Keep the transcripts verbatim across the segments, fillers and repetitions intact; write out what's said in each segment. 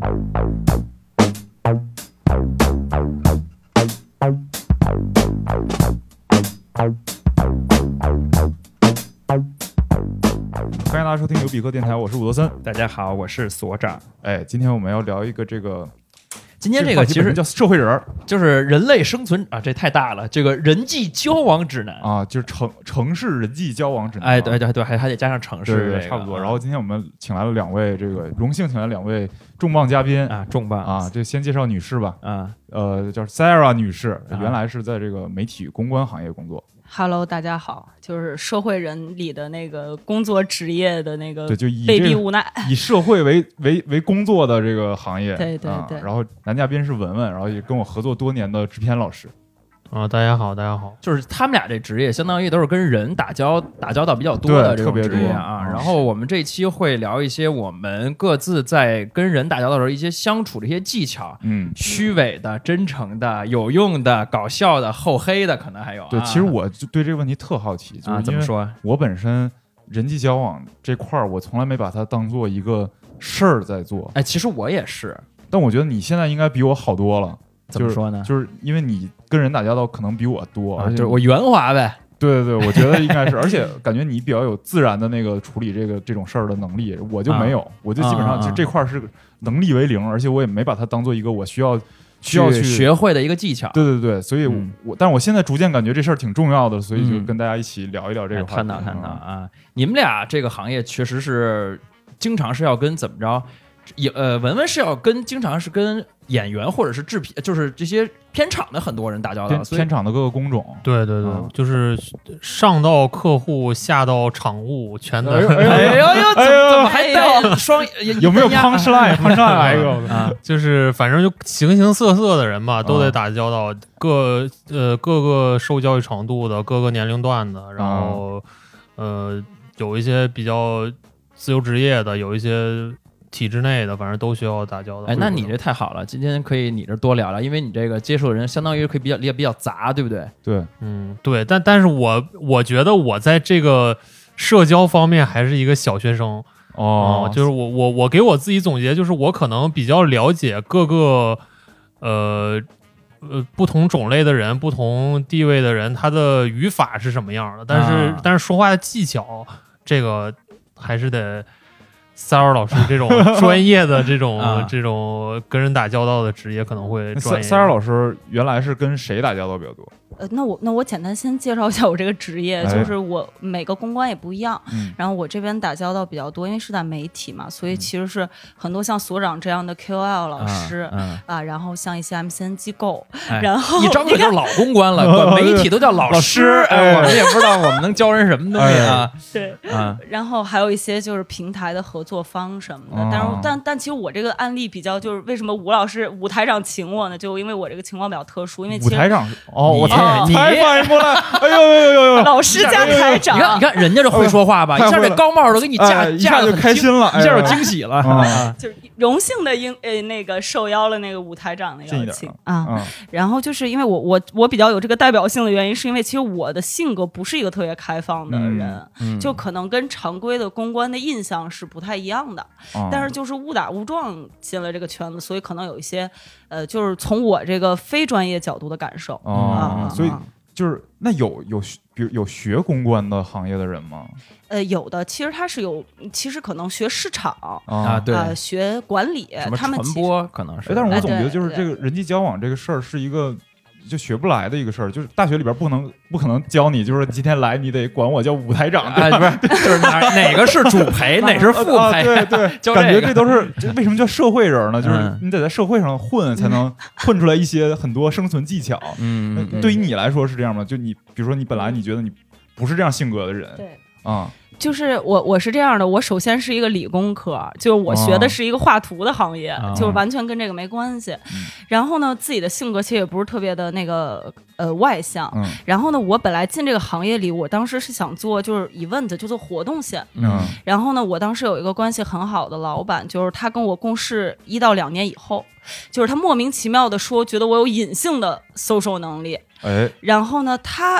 欢迎大家收听有比克电台，我是伍德森。 大家好，我是所长。 哎，今天我们要聊一个这个， 今天这个其实叫社会人， 就是人类生存啊，这太大了。这个人际交往指南啊，就是城城市人际交往指南。 哎，对对对，还还得加上城市、这个， 对对，差不多。然后今天我们请来了两位，这个荣幸请来两位重磅嘉宾啊，重磅啊。这先介绍女士吧， 啊， 呃，叫 Sarah 女士，原来是在这个媒体公关行业工作。 Hello， 大家好，就是社会人里的那个工作职业的那个， 对，就以被逼无奈， 以社会为为为工作的这个行业， 对对对、 啊。然后男嘉宾是文文，然后也跟我合作多年的制片老师。 啊，大家好，大家好。 就是他们俩这职业，相当于都是跟人打交打交道比较多的这种职业啊。然后我们这期会聊一些我们各自在跟人打交道的时候一些相处的一些技巧， 嗯， 虚伪的、真诚的、有用的、搞笑的、厚黑的，可能还有、啊。 对，其实我就对这个问题特好奇，就是怎么说？ 我本身人际交往这块儿，我从来没把它当做一个事儿在做。 哎，其实我也是， 但我觉得你现在应该比我好多了。 怎么说呢？ 就是、就是因为你跟人打交道可能比我多， 啊、 而且就是我圆滑呗。 对对对，我觉得应该是，而且感觉你比较有自然的那个处理这个这种事儿的能力，我就没有，啊、我就基本上就这块是能力为零，而且我也没把它当做一个我需要需要去学会的一个技巧。 对对对，所以我， 嗯、 我但是我现在逐渐感觉这事儿挺重要的，所以就跟大家一起聊一聊这个话题。 探讨探讨啊，你们俩这个行业确实是经常是要跟怎么着？也呃，文文是要跟经常是跟演员或者是制片，就是这些片场的很多人打交道， 片场的各个工种。 对对对，嗯、就是上到客户，下到场务，全都。 哎呦哎呦，怎么怎么还带双？ 有没有 punchline？punchline 来一个啊？就是反正就形形色色的人嘛，都得打交道，各呃各个受教育程度的，各个年龄段的，然后、嗯、呃有一些比较自由职业的，有一些。体制内的，反正都需要打交道。 哎，那你这太好了，今天可以你这多聊聊，因为你这个接触的人相当于可以比较也比较杂，对不对？ 对， 嗯，对。但但是我我觉得我在这个社交方面还是一个小学生哦、 嗯，就是我我我给我自己总结，就是我可能比较了解各个呃呃不同种类的人、不同地位的人，他的语法是什么样的，但是、啊、但是说话的技巧，这个还是得。Sarah 老师这种专业的这种、啊、这种跟人打交道的职业可能会专业。 Sarah 老师原来是跟谁打交道比较多？ 呃，那我那我简单先介绍一下我这个职业，哎、就是我每个公关也不一样、嗯，然后我这边打交道比较多，因为是在媒体嘛，所以其实是很多像所长这样的 Q O L 老师、嗯嗯、啊，然后像一些 M C N 机构， 哎、 然后一张嘴就是老公关了，管媒体都叫老师，哎，我们也不知道我们能教人什么东西啊。 对，啊，然后还有一些就是平台的合作方什么的，哦、但是但但其实我这个案例比较就是为什么吴老师舞台长请我呢？就因为我这个情况比较特殊，因为舞台长哦，我你你反应过来，哎呦呦呦呦， 老师加台长， 你看你看人家这会说话吧， 哎、 一下这高帽都给你架、 哎、一下就开心了， 一下就惊喜了， 哎、 就是荣幸的应呃那个受邀了那个舞台长的邀请啊、 嗯， 然后就是因为我我我比较有这个代表性的原因，是因为其实我的性格不是一个特别开放的人， 嗯嗯、 就可能跟常规的公关的印象是不太一样的， 嗯、 但是就是误打误撞进了这个圈子，所以可能有一些呃，就是从我这个非专业角度的感受啊、 嗯， 所以。就是那有有比如有学公关的行业的人吗？ 呃，有的，其实他是有，其实可能学市场啊，对、 呃，学管理，他们传播可能是。 但是我总觉得就是这个人际交往这个事儿是一个就学不来的一个事儿，就是大学里边不能不可能教你，就是今天来你得管我叫舞台长， 哎，不是，就是哪哪个是主陪，哪是副陪， 啊、对对， 这感觉这都是这为什么叫社会人呢？就是你得在社会上混，才能混出来一些很多生存技巧。 嗯，嗯对于你来说是这样吗？就你比如说你本来你觉得你不是这样性格的人， 对啊。 就是我我是这样的，我首先是一个理工科，就是我学的是一个画图的行业， 哦、 就是完全跟这个没关系。 嗯、 然后呢，自己的性格其实也不是特别的那个呃外向。 嗯、 然后呢，我本来进这个行业里，我当时是想做就是 event，就做活动线。 嗯。 然后呢，我当时有一个关系很好的老板，就是他跟我共事一到两年以后，就是他莫名其妙的说，觉得我有隐性的 social 能力。 哎。 然后呢，他。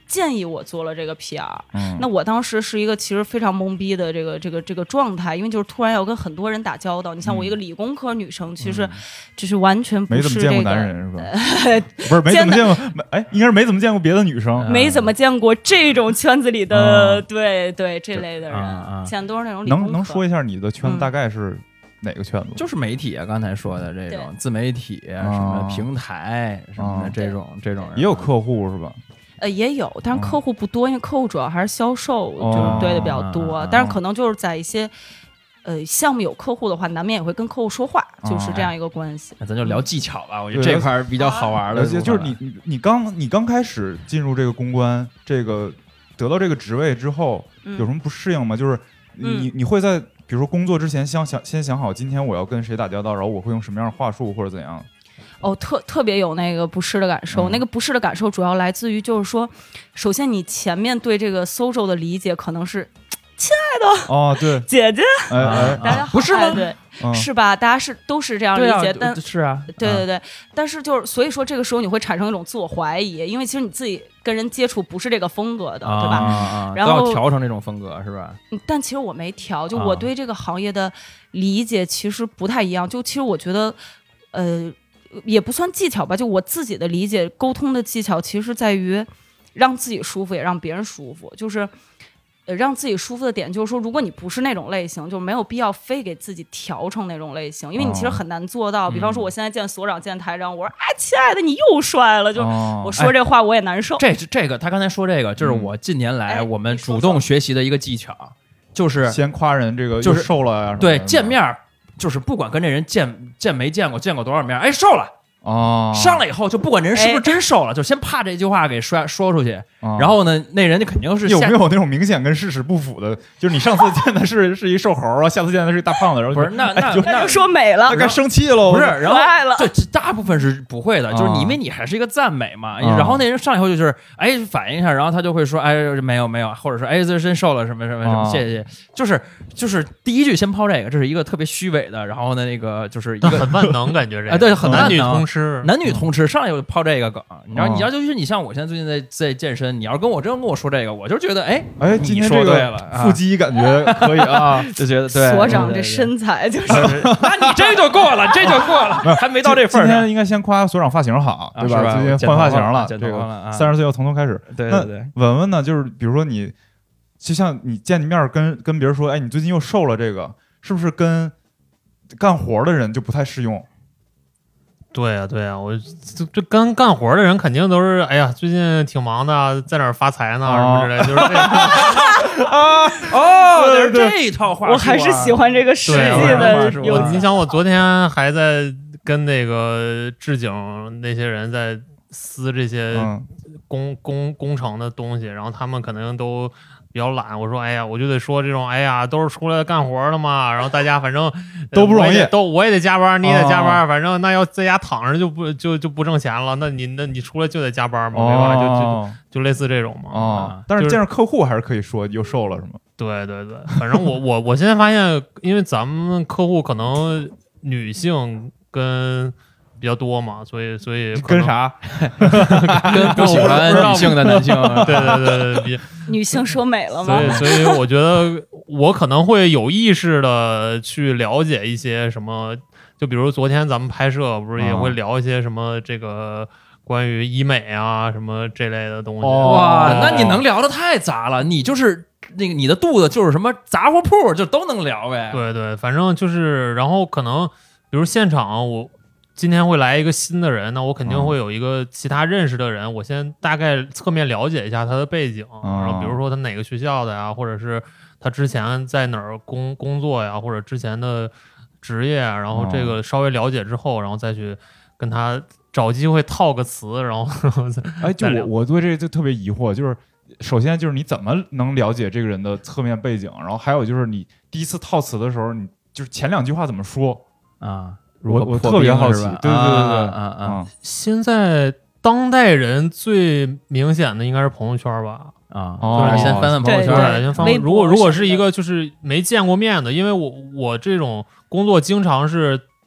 建议我做了这个 P R， 嗯， 那我当时是一个其实非常懵逼的这个这个这个状态，因为就是突然要跟很多人打交道。你像我一个理工科女生，嗯、其实就是完全不是、这个、 没怎么见过男人是吧？不是没怎么见过，哎，应该是没怎么见过别的女生， 没怎么见过这种圈子里的，嗯、对对这类的人， 嗯、 现在都是那种理工科。 能能说一下你的圈子大概是？嗯哪个圈子？ 就是媒体啊，刚才说的这种自媒体、什么平台什么的这种这种人， 也有客户是吧？ 呃，也有，但是客户不多，因为客户主要还是销售，就是对的比较多。但是可能就是在一些呃项目有客户的话，难免也会跟客户说话，就是这样一个关系。 那咱就聊技巧吧，我觉得这块比较好玩的。 就是你你你刚你刚开始进入这个公关，这个得到这个职位之后，有什么不适应吗？就是你你会在。比如说工作之前想想先想好今天我要跟谁打交道，然后我会用什么样的话术或者怎样。 哦，特特别有那个不适的感受、嗯、那个不适的感受主要来自于就是说，首先你前面对这个 social 的理解可能是亲爱的哦，对， 姐姐， 哎哎， 大家好， 不是吗？ 对、 嗯， 是吧？大家是都是这样理解， 啊、 但是啊， 对对对、嗯，但是就是所以说这个时候你会产生一种自我怀疑，因为其实你自己跟人接触不是这个风格的， 啊、 对吧？ 啊、 然后都要调成这种风格是吧？ 但其实我没调，就我对这个行业的理解其实不太一样。就其实我觉得，呃，也不算技巧吧，就我自己的理解，沟通的技巧其实在于让自己舒服，也让别人舒服，就是。呃，让自己舒服的点就是说，如果你不是那种类型，就没有必要非给自己调成那种类型，因为你其实很难做到。哦、比方说，我现在见所长、见台长，我说：“哎，亲爱的，你又帅了。”就、哦、我说这话我也难受。 哎、这这个，他刚才说这个，就是我近年来我们主动学习的一个技巧，哎、就是先夸人这个就是瘦了呀。 对，见面就是不管跟这人见见没见过，见过多少面，哎，瘦了。 哦， 上来以后就不管人是不是真瘦了，哎、就先怕这句话给说说出去，哦、然后呢，那人家肯定是有没有那种明显跟事实不符的？就是你上次见的是是一瘦猴啊，下次见的是一大胖子，然后不是那那、 哎、就那就说美了， 那该生气了， 不是？然后了对，大部分是不会的，就是你因为你还是一个赞美嘛，哦、然后那人上来以后就是哎反应一下，然后他就会说哎没有没有，或者说哎这真瘦了什么什么什么，谢谢，就是就是第一句先抛这个，这是一个特别虚伪的，然后呢那个就是一个很万能感觉这哎对，很男女通吃， 男女通。上来就抛这个梗，你知道，你要就是你像我现在最近在在健身，你要是跟我真跟我说这个，我就觉得哎哎，今天这个腹肌感觉可以啊， 就觉得对所长这身材就是， 那你这就过了，这就过了，还没到这份儿。 今天应该先夸所长发型好，对吧？最近换发型了，这个三十岁要从头开始。 对对对， 文文呢，就是比如说你，就像你见面跟跟别人说，哎，你最近又瘦了，这个是不是跟干活的人就不太适用？ 对呀、啊，对呀、啊，我这这跟干活的人肯定都是，哎呀，最近挺忙的，在哪儿发财呢，哦、什么之类的，就是这个啊哦，对对这一套话术、啊， 我还是喜欢这个实际的。 我你想，我昨天还在跟那个置景那些人在撕这些工、嗯、工工程的东西，然后他们可能都。比较懒，我说哎呀，我就得说这种哎呀，都是出来干活的嘛，然后大家反正都不容易， 我都我也得加班，你也得加班，哦、反正那要在家躺着就不就就不挣钱了，那你那你出来就得加班嘛，对吧？就就就类似这种嘛。 哦，但是见着客户还是可以说又瘦了是吗？ 对对对，反正我我我现在发现，因为咱们客户可能女性跟。比较多嘛，所以所以跟啥？ 跟不喜欢女性的男性， 对对对对，比女性说美了吗？ 所以所以我觉得我可能会有意识的去了解一些什么，就比如昨天咱们拍摄不是也会聊一些什么这个关于医美啊什么这类的东西。 哇，那你能聊的太杂了，你就是那个你的肚子就是什么杂货铺，就都能聊呗。 对对，反正就是，然后可能比如现场我。今天会来一个新的人，那我肯定会有一个其他认识的人，嗯、我先大概侧面了解一下他的背景，嗯、然后比如说他哪个学校的呀，或者是他之前在哪儿工工作呀，或者之前的职业，然后这个稍微了解之后，然后再去跟他找机会套个词，然后哎，就我我对这个就特别疑惑，就是首先就是你怎么能了解这个人的侧面背景，然后还有就是你第一次套词的时候，你就是前两句话怎么说啊？ 我我特别好奇，对对对对， 啊啊啊！ 现在当代人最明显的应该是朋友圈吧？ 啊， 就是先翻翻朋友圈， 先翻。如果如果是一个就是没见过面的，因为我我这种工作经常是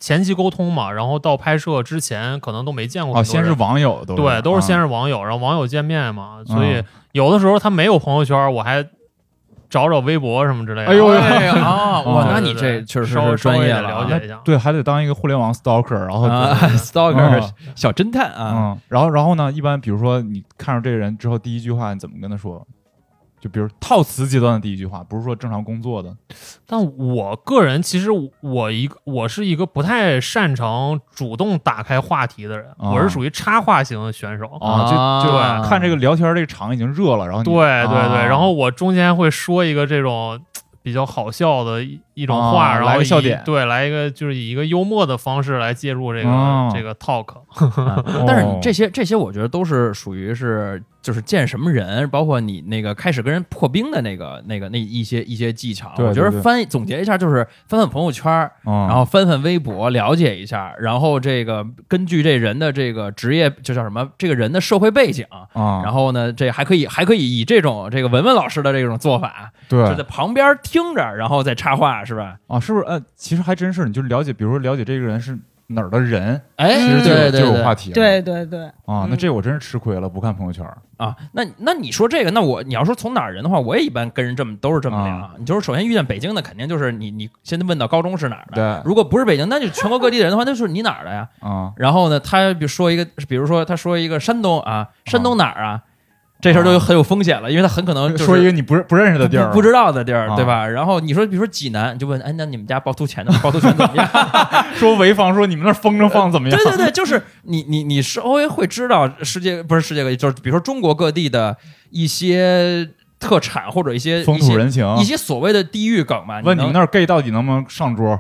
前期沟通嘛，然后到拍摄之前可能都没见过。 啊，先是网友都是对，都是先是网友，然后网友见面嘛，所以有的时候他没有朋友圈，我还找找微博什么之类的。 哎呦哎呀啊！哇，那你这确实是专业了， 了解一下。 对，还得当一个互联网 stalker， 然后 stalker 小侦探啊。 然后然后呢，一般比如说你看上这个人之后，第一句话你怎么跟他说？就比如套词阶段的第一句话，不是说正常工作的。 但我个人其实我一个我是一个不太擅长主动打开话题的人，啊、我是属于插话型的选手啊，就就看这个聊天这个场已经热了，然后对对对，啊、然后我中间会说一个这种比较好笑的一种话， 啊、 然后来个笑点， 对，来一个就是以一个幽默的方式来介入这个、 啊、 这个 talk 啊。但是你这些这些，我觉得都是属于是。就是见什么人，包括你那个开始跟人破冰的那个、那个、那一些一些技巧， 对对对， 我觉得翻总结一下，就是翻翻朋友圈， 嗯、 然后翻翻微博，了解一下，然后这个根据这人的这个职业，就叫什么，这个人的社会背景， 嗯、 然后呢，这还可以还可以以这种这个文文老师的这种做法， 对， 就在旁边听着，然后再插话，是吧？ 啊，是不是？呃，其实还真是，你就了解，比如说了解这个人是哪儿的人， 哎， 其实就对对对就有话题了， 对对对啊，那这我真是吃亏了，不看朋友圈啊。那那你说这个，那我你要说从哪儿人的话，我也一般跟人这么都是这么聊。啊、你就是首先遇见北京的，肯定就是你你现在问到高中是哪儿的， 对， 如果不是北京，那就全国各地的人的话，那就是你哪儿的呀？ 啊， 然后呢，他比如说一个，比如说他说一个山东啊，山东哪儿啊？这事儿就很有风险了，因为他很可能、就是、 说一个你不不认识的地儿， 不知道的地儿， 啊、 对吧？然后你说，比如说济南，就问，哎，那你们家趵突泉的趵突泉怎么样？ 说潍坊，说你们那风筝放怎么样？ 对对对，就是你你你稍微会知道世界不是世界各地，就是比如说中国各地的一些特产或者一些风土人情， 一些所谓的地域梗嘛。 问你们那儿 gay 到底能不能上桌？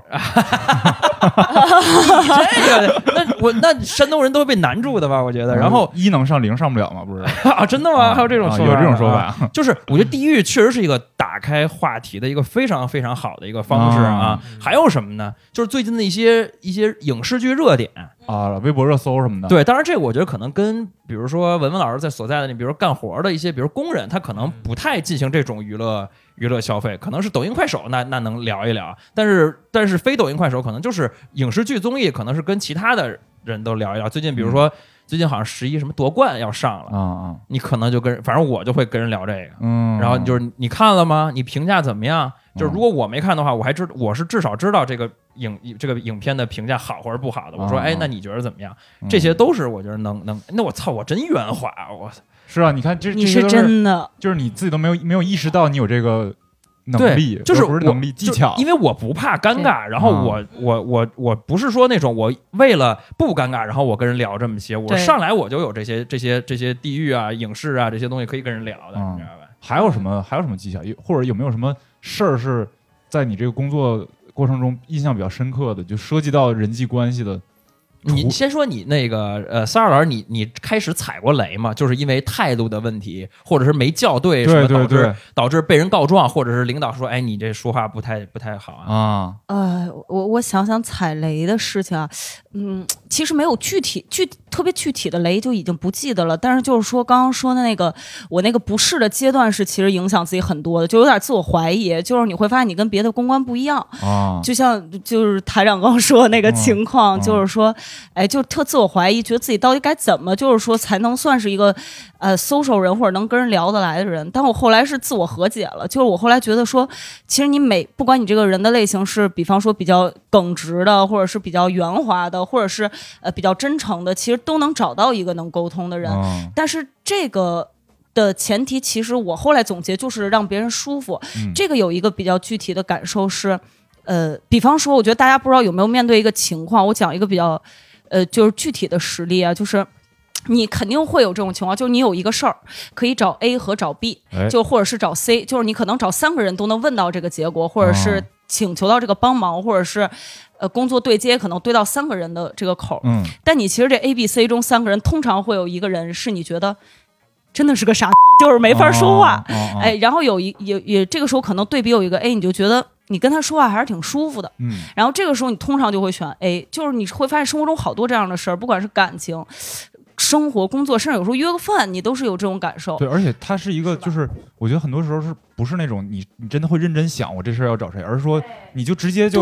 这个，那我那山东人都会被难住的吧？我觉得。然后一能上零上不了吗？不是啊，真的吗？ 啊、 还有这种说法、 啊？有这种说法、 啊，就是我觉得地域确实是一个打开话题的一个非常非常好的一个方式啊。啊还有什么呢？就是最近的一些一些影视剧热点啊，微博热搜什么的。 对，当然这个我觉得可能跟比如说文文老师在所在的，你比如说干活的一些，比如工人，他可能不太进行这种娱乐。娱乐消费可能是抖音快手，那那能聊一聊，但是但是非抖音快手可能就是影视剧综艺，可能是跟其他的人都聊一聊。最近比如说、嗯、最近好像十一什么夺冠要上了啊啊， 你可能就跟反正我就会跟人聊这个， 嗯， 然后就是你看了吗？你评价怎么样？就是如果我没看的话，我还知我是至少知道这个影这个影片的评价好或者不好的。我说哎，那你觉得怎么样？ 嗯、 这些都是我觉得能能。那我操，我真圆滑，我是啊，你看这你是真的， 就是你自己都没有没有意识到你有这个。能力就是不是能力技巧， 因为我不怕尴尬，然后我、嗯、我我我不是说那种我为了不尴尬，然后我跟人聊这么些，我上来我就有这些这些这些地域啊、影视啊这些东西可以跟人聊的， 嗯、 你知道吧？ 还有什么还有什么技巧，或者有没有什么事儿是在你这个工作过程中印象比较深刻的，就涉及到人际关系的？ 你先说你那个呃，三二老师，你你开始踩过雷吗？就是因为态度的问题，或者是没校对，什么导致导致被人告状，或者是领导说，哎，你这说话不太不太好啊。 啊， 呃，我我想想踩雷的事情啊，嗯，其实没有具体具特别具体的雷就已经不记得了，但是就是说刚刚说的那个我那个不适的阶段是其实影响自己很多的，就有点自我怀疑，就是你会发现你跟别的公关不一样啊， 就像就是台长刚刚说的那个情况， 嗯、 就是说。哎，就特自我怀疑，觉得自己到底该怎么，就是说才能算是一个呃 social 人或者能跟人聊得来的人。但我后来是自我和解了，就是我后来觉得说，其实你每不管你这个人的类型是，比方说比较耿直的，或者是比较圆滑的，或者是呃比较真诚的，其实都能找到一个能沟通的人。 嗯、 但是这个的前提，其实我后来总结就是让别人舒服。 嗯、 这个有一个比较具体的感受是，呃，比方说，我觉得大家不知道有没有面对一个情况，我讲一个比较。呃，就是具体的实例啊，就是你肯定会有这种情况，就是你有一个事儿可以找 A 和找 B，、 哎、 就或者是找 C， 就是你可能找三个人都能问到这个结果，或者是请求到这个帮忙，或者是呃工作对接可能对到三个人的这个口。 嗯， 但你其实这 A、B、C 中三个人，通常会有一个人是你觉得真的是个傻，就是没法说话。 哦哦哦、 哎，然后有一有也这个时候可能对比有一个 A， 你就觉得。你跟他说话还是挺舒服的， 嗯， 然后这个时候你通常就会选 A， 就是你会发现生活中好多这样的事儿，不管是感情、生活、工作，甚至有时候约个饭，你都是有这种感受。 对，而且它是一个，就是我觉得很多时候是不是那种你你真的会认真想我这事儿要找谁，而是说你就直接就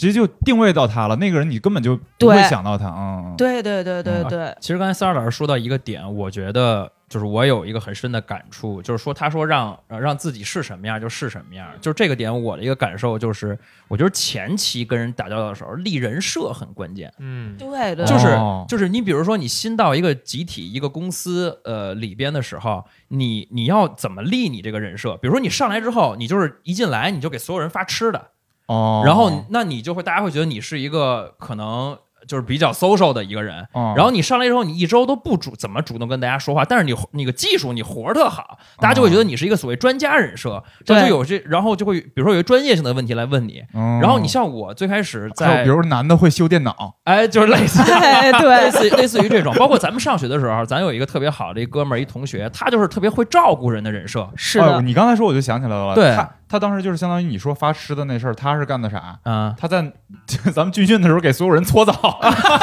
直接就定位到他了，那个人你根本就不会想到他。嗯， 对对对对对、 嗯。其实刚才三儿老师说到一个点，我觉得就是我有一个很深的感触，就是说他说让让自己是什么样就是什么样，就是这个点我的一个感受就是，我觉得前期跟人打交道的时候立人设很关键。 嗯， 对对， 就是就是你比如说你新到一个集体一个公司呃里边的时候，你你要怎么立你这个人设？比如说你上来之后，你就是一进来你就给所有人发吃的。 哦， 然后那你就会大家会觉得你是一个可能就是比较 social 的一个人， 哦、 然后你上来之后你一周都不主怎么主动跟大家说话，但是你那个技术你活儿特好，大家就会觉得你是一个所谓专家人设，这、哦、就有这，然后就会比如说有一专业性的问题来问你， 哦、 然后你像我最开始在， 比如男的会修电脑， 哎，就是类似对对类似类似于这种，包括咱们上学的时候，咱有一个特别好的一哥们儿一同学，他就是特别会照顾人的人设， 是的、 哦，你刚才说我就想起来了， 对。 他他当时就是相当于你说发吃的那事儿，他是干的啥？ 嗯， 他在咱们军训的时候给所有人搓澡，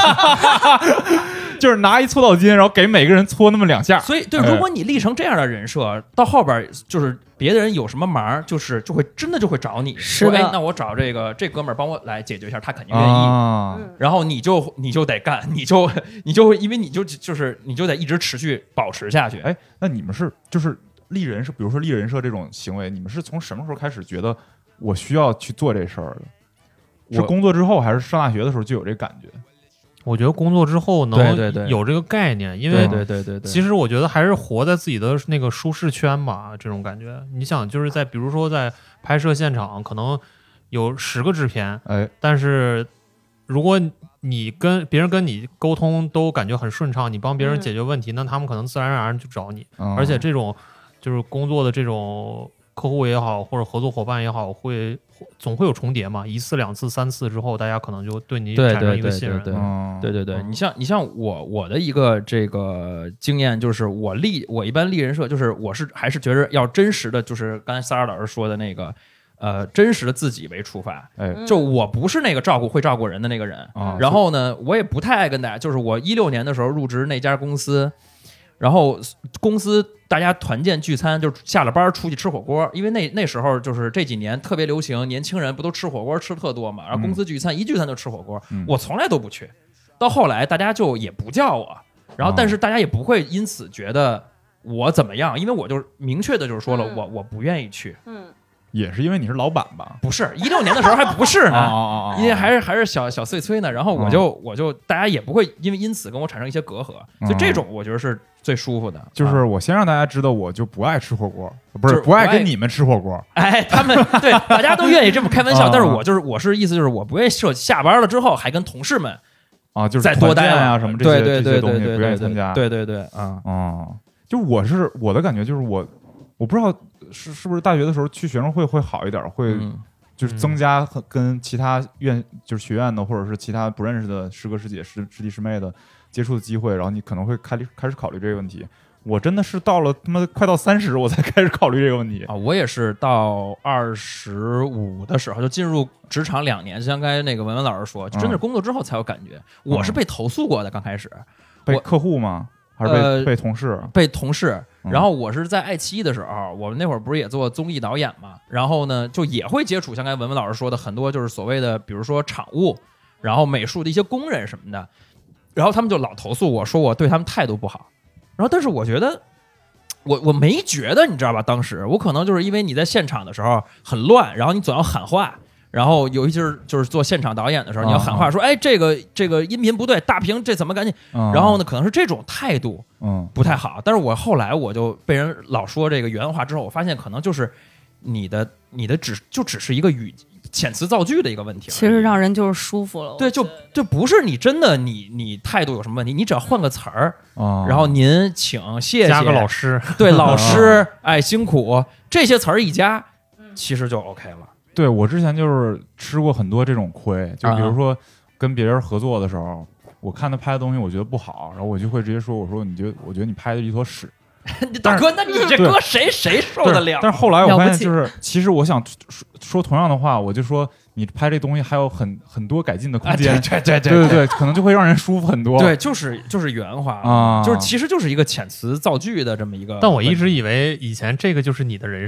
就是拿一搓澡巾，然后给每个人搓那么两下。 所以，对，如果你立成这样的人设，嗯、到后边就是别的人有什么忙，就是就会真的就会找你， 是哎，那我找这个这哥们儿帮我来解决一下，他肯定愿意。 啊、 然后你就你就得干，你就你就因为你就就是你就得一直持续保持下去。 哎，那你们是就是立人设，比如说立人设这种行为，你们是从什么时候开始觉得我需要去做这事儿的？是工作之后，还是上大学的时候就有这感觉？ 我觉得工作之后能有这个概念， 对对对， 因为对对对对， 其实我觉得还是活在自己的那个舒适圈吧，这种感觉。你想，就是在比如说在拍摄现场，可能有十个制片， 哎， 但是如果你跟别人跟你沟通都感觉很顺畅，你帮别人解决问题，嗯、那他们可能自然而然就找你， 嗯、 而且这种就是工作的这种客户也好，或者合作伙伴也好，会总会有重叠嘛，一次两次三次之后，大家可能就对你产生一个信任。 对对对对、嗯、对对对，你像你像我我的一个这个经验就是，我立我一般立人设就是我是还是觉得要真实的，就是刚才萨尔老师说的那个呃真实的自己为出发。 哎， 就我不是那个照顾会照顾人的那个人， 嗯、 然后呢，我也不太爱跟大家，就是我一六年的时候入职那家公司。然后公司大家团建聚餐，就是下了班出去吃火锅，因为那那时候就是这几年特别流行，年轻人不都吃火锅吃特多嘛，然后公司聚餐、嗯、一聚餐就吃火锅、嗯，我从来都不去。到后来大家就也不叫我，然后但是大家也不会因此觉得我怎么样，因为我就明确的就是说了，嗯、我我不愿意去。 嗯。 也是因为你是老板吧？ 不是，一六年的时候还不是呢， 哦哦哦、 因为还是还是小小碎催呢。然后我就、哦、我就大家也不会因为因此跟我产生一些隔阂，所以这种我觉得是最舒服的。 就是我先让大家知道，我就不爱吃火锅，不是、就是、不爱跟你们吃火锅。 哎，他们对大家都愿意这么开玩笑，但是我就是我是意思就是我不愿意设下班了之后还跟同事们啊，就是再多待啊什么这些对对对对对不愿意参加。 对对对啊哦，就我是我的感觉就是我我不知道。是是不是大学的时候去学生会会好一点，会就是增加跟其他院就是学院的或者是其他不认识的师哥师姐师师弟师妹的接触的机会，然后你可能会开开始考虑这个问题。我真的是到了他妈快到三十我才开始考虑这个问题啊！我也是到二十五的时候就进入职场两年，就像刚才那个文文老师说，就真的工作之后才有感觉。嗯、我是被投诉过的，刚开始被客户吗？还是被、呃、被同事？ 被同事。然后我是在爱奇艺的时候，我们那会儿不是也做综艺导演嘛，然后呢就也会接触像刚才文文老师说的很多就是所谓的比如说场务，然后美术的一些工人什么的，然后他们就老投诉我说我对他们态度不好，然后但是我觉得我我没觉得，你知道吧，当时我可能就是因为你在现场的时候很乱，然后你总要喊话，然后有一些就是做现场导演的时候，你要喊话说，哎，这个这个音频不对，大屏这怎么赶紧？然后呢，可能是这种态度，嗯，不太好。但是我后来我就被人老说这个原话之后，我发现可能就是你的你的只就只是一个语遣词造句的一个问题， 其实让人就是舒服了。 对，就就不是你真的你你态度有什么问题，你只要换个词儿，然后您请谢谢加个老师， 对老师，哎辛苦这些词儿一加，其实就 OK 了。 对，我之前就是吃过很多这种亏，就比如说跟别人合作的时候，我看他拍的东西我觉得不好，然后我就会直接说，我说你觉得我觉得你拍的一坨屎。 大哥，那你这搁谁谁受得了？ 但是后来我发现，就是其实我想说说同样的话，我就说你拍这东西还有很很多改进的空间， 啊、对对对对对对，可能就会让人舒服很多。 对，就是就是原话啊， 就是其实就是一个遣词造句的这么一个。 但我一直以为以前这个就是你的人设，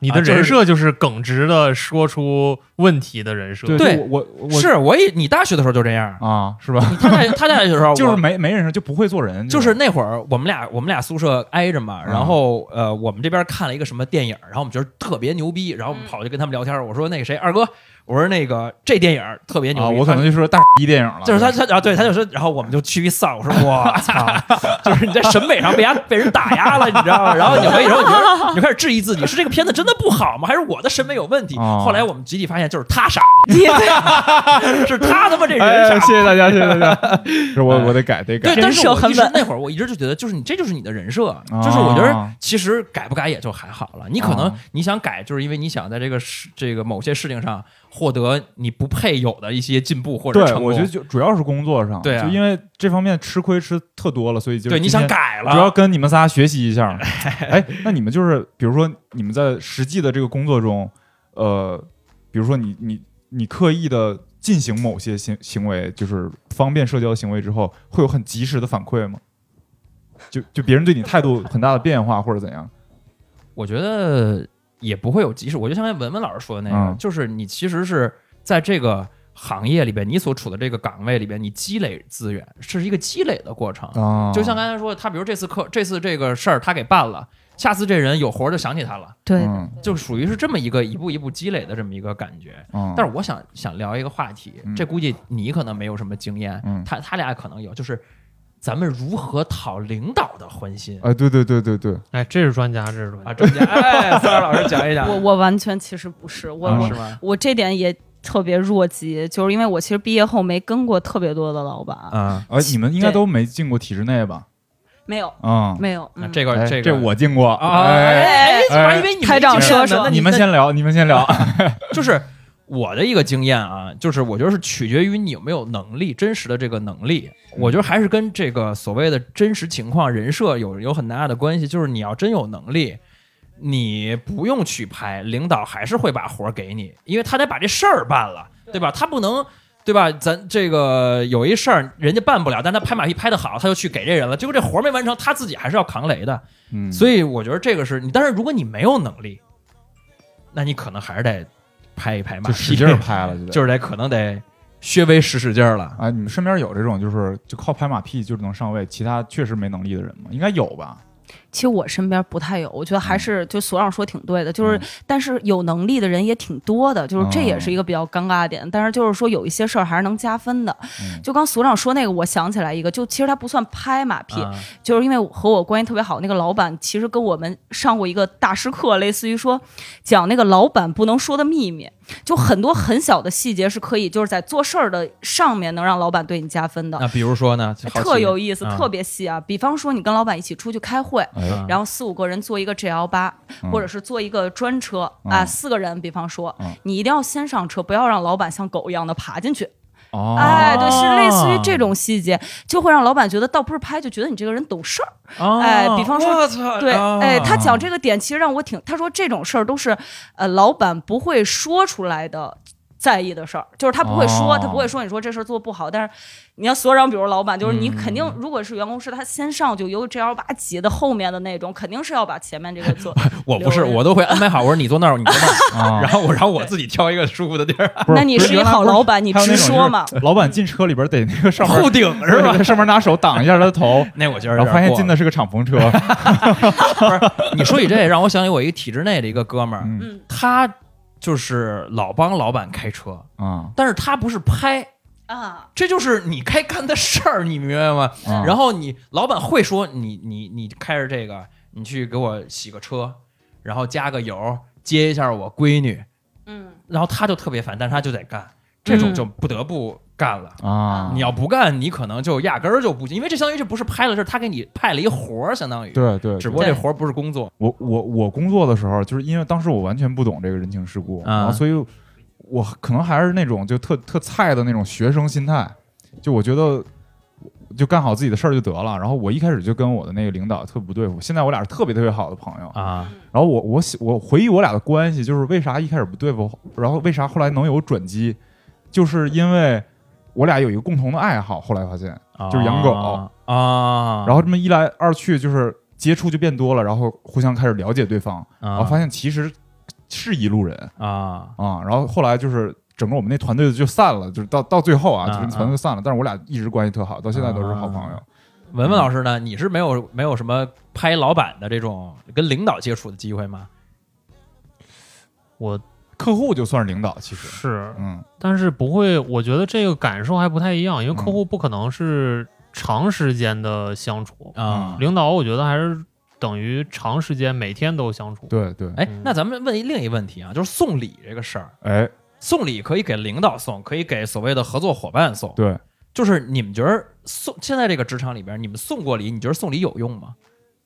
你的人设就是耿直的说出问题的人设。 对， 对我我是我也你大学的时候就这样啊，是吧？ 他在他大学的时候就是没没人设就不会做人， 就是那会儿我们俩我们俩宿舍挨着嘛，然后呃我们这边看了一个什么电影，然后我们觉得特别牛逼，然后我们跑去跟他们聊天，我说那个谁二哥，我说那个这电影特别牛逼， 啊、我可能就说大逼电影了， 就是他他啊对他就说，然后我们就去一扫，我说我操，就是你在审美上被压被人打压了，你知道吗？然后你回去之后你就你就开始质疑自己，是这个片子真的不好吗？还是我的审美有问题？ 哦、 后来我们集体发现就是他傻，是他他妈这人傻。 哎、谢谢大家，谢谢大家。是我我得改得改。 对，但是我一直那会儿我一直就觉得，就是你这就是你的人设， 哦、 就是我觉得其实改不改也就还好了。你可能、 哦、 你想改，就是因为你想在这个这个某些事情上获得你不配有的一些进步或者成功。 对，我觉得就主要是工作上， 对、啊， 就因为这方面吃亏吃特多了，所以就对你想改了， 主要跟你们仨学习一下。哎，那你们就是比如说你们在实际的这个工作中，呃，比如说你你你刻意的进行某些行行为，就是方便社交的行为之后，会有很及时的反馈吗？就就别人对你态度很大的变化或者怎样？ 我觉得也不会有及时。我就像文文老师说的那个、嗯，就是你其实是在这个行业里边，你所处的这个岗位里边，你积累资源是一个积累的过程。 哦、 就像刚才说，他比如这次课这次这个事儿他给办了，下次这人有活就想起他了。 对， 嗯、 就属于是这么一个一步一步积累的这么一个感觉。 嗯、 但是我想想聊一个话题， 嗯、 这估计你可能没有什么经验， 嗯、 他他俩可能有，就是咱们如何讨领导的欢心。 哎，对对对对对， 哎，这是专家，这是专家， 啊、专家。哎，三儿老师讲一讲。 我我完全其实不是，我、 嗯、 我是吗？ 我这点也特别弱鸡，就是因为我其实毕业后没跟过特别多的老板。 嗯， 呃，你们应该都没进过体制内吧？ 没有， 嗯， 没有。嗯、 这个、 哎、 这个这我进过。 啊，哎，我还以为你台长说说， 你们先聊，你们先聊。 就是我的一个经验啊，就是我觉得是取决于你有没有能力，真实的这个能力。我觉得还是跟这个所谓的真实情况、人设有有很大的关系。就是你要真有能力，你不用去拍，领导还是会把活给你，因为他得把这事儿办了，对吧？他不能。对吧？咱这个有一事儿，人家办不了，但他拍马屁拍得好，他就去给这人了。结果这活没完成，他自己还是要扛雷的。 嗯， 所以我觉得这个是你。但是如果你没有能力，那你可能还是得拍一拍马屁， 就使劲拍了，就得就是得可能得稍微使使劲儿了。 啊，你们身边有这种就是就靠拍马屁就能上位，其他确实没能力的人吗？应该有吧。 其实我身边不太有，我觉得还是就所长说挺对的，就是、 嗯、 但是有能力的人也挺多的，就是这也是一个比较尴尬的点。嗯、但是就是说有一些事儿还是能加分的。 嗯、 就刚所长说那个，我想起来一个，就其实他不算拍马屁， 啊、 就是因为和我关系特别好那个老板，其实跟我们上过一个大师课，类似于说讲那个老板不能说的秘密。就很多很小的细节是可以，就是在做事儿的上面能让老板对你加分的。 那比如说呢， 特有意思， 嗯、 特别细啊。比方说，你跟老板一起出去开会， 嗯、 然后四五个人坐一个 G L 八、嗯，或者是坐一个专车、嗯、啊，四个人，比方说、嗯，你一定要先上车，不要让老板像狗一样的爬进去。 哦， 哎，对，是类似于这种细节，就会让老板觉得倒不是拍，就觉得你这个人懂事儿。 哦、 哎，比方说，对， 哦、 哎，他讲这个点其实让我挺，他说这种事儿都是，呃，老板不会说出来的。在意的事儿，就是他不会说，哦、他不会说你说这事儿做不好，但是你要所长，比如老板，就是你肯定，嗯、如果是员工是他先上就由 G L 八挤的后面的那种，肯定是要把前面这个做。 我不是，我都会安排好，我说你坐那儿，你坐那儿，然后我然后我自己挑一个舒服的地儿。 那你是一好老板，你直说嘛。 老板进车里边得那个上面后顶是吧？ 上面拿手挡一下他的头， 那我觉得， 然后发现进的是个敞篷车。 不是，你说起这让我想起我一个体制内的一个哥们儿， 嗯， 他。就是老帮老板开车啊、嗯， 但是他不是拍啊， 这就是你该干的事儿，你明白吗？ 嗯、 然后你老板会说你你你开着这个，你去给我洗个车，然后加个油，接一下我闺女， 嗯， 然后他就特别烦，但是他就得干，这种就不得不干了啊、 嗯！你要不干，你可能就压根儿就不进，因为这相当于这不是拍了，是他给你派了一活儿，相当于对对， 只不过这活儿不是工作。 我我我工作的时候，就是因为当时我完全不懂这个人情世故， 啊、 然后所以我可能还是那种就特特菜的那种学生心态，就我觉得就干好自己的事儿就得了。然后我一开始就跟我的那个领导特别不对付，现在我俩是特别特别好的朋友啊。 然后我我我回忆我俩的关系，就是为啥一开始不对付，然后为啥后来能有转机，就是因为我俩有一个共同的爱好，后来发现就是养狗啊。 然后这么一来二去，就是接触就变多了，然后互相开始了解对方，然后发现其实是一路人啊啊，然后后来就是整个我们那团队就散了，就是到到最后啊，就是团队散了，但是我俩一直关系特好，到现在都是好朋友。 文文老师呢？你是没有没有什么拍老板的这种跟领导接触的机会吗？ 我客户就算是领导，其实是， 嗯， 但是不会，我觉得这个感受还不太一样，因为客户不可能是长时间的相处啊、 嗯，领导我觉得还是等于长时间每天都相处。 对对， 哎，那咱们问一另一个问题啊，就是送礼这个事儿， 哎， 送礼可以给领导送，可以给所谓的合作伙伴送， 对， 就是你们觉得送现在这个职场里边，你们送过礼，你觉得送礼有用吗？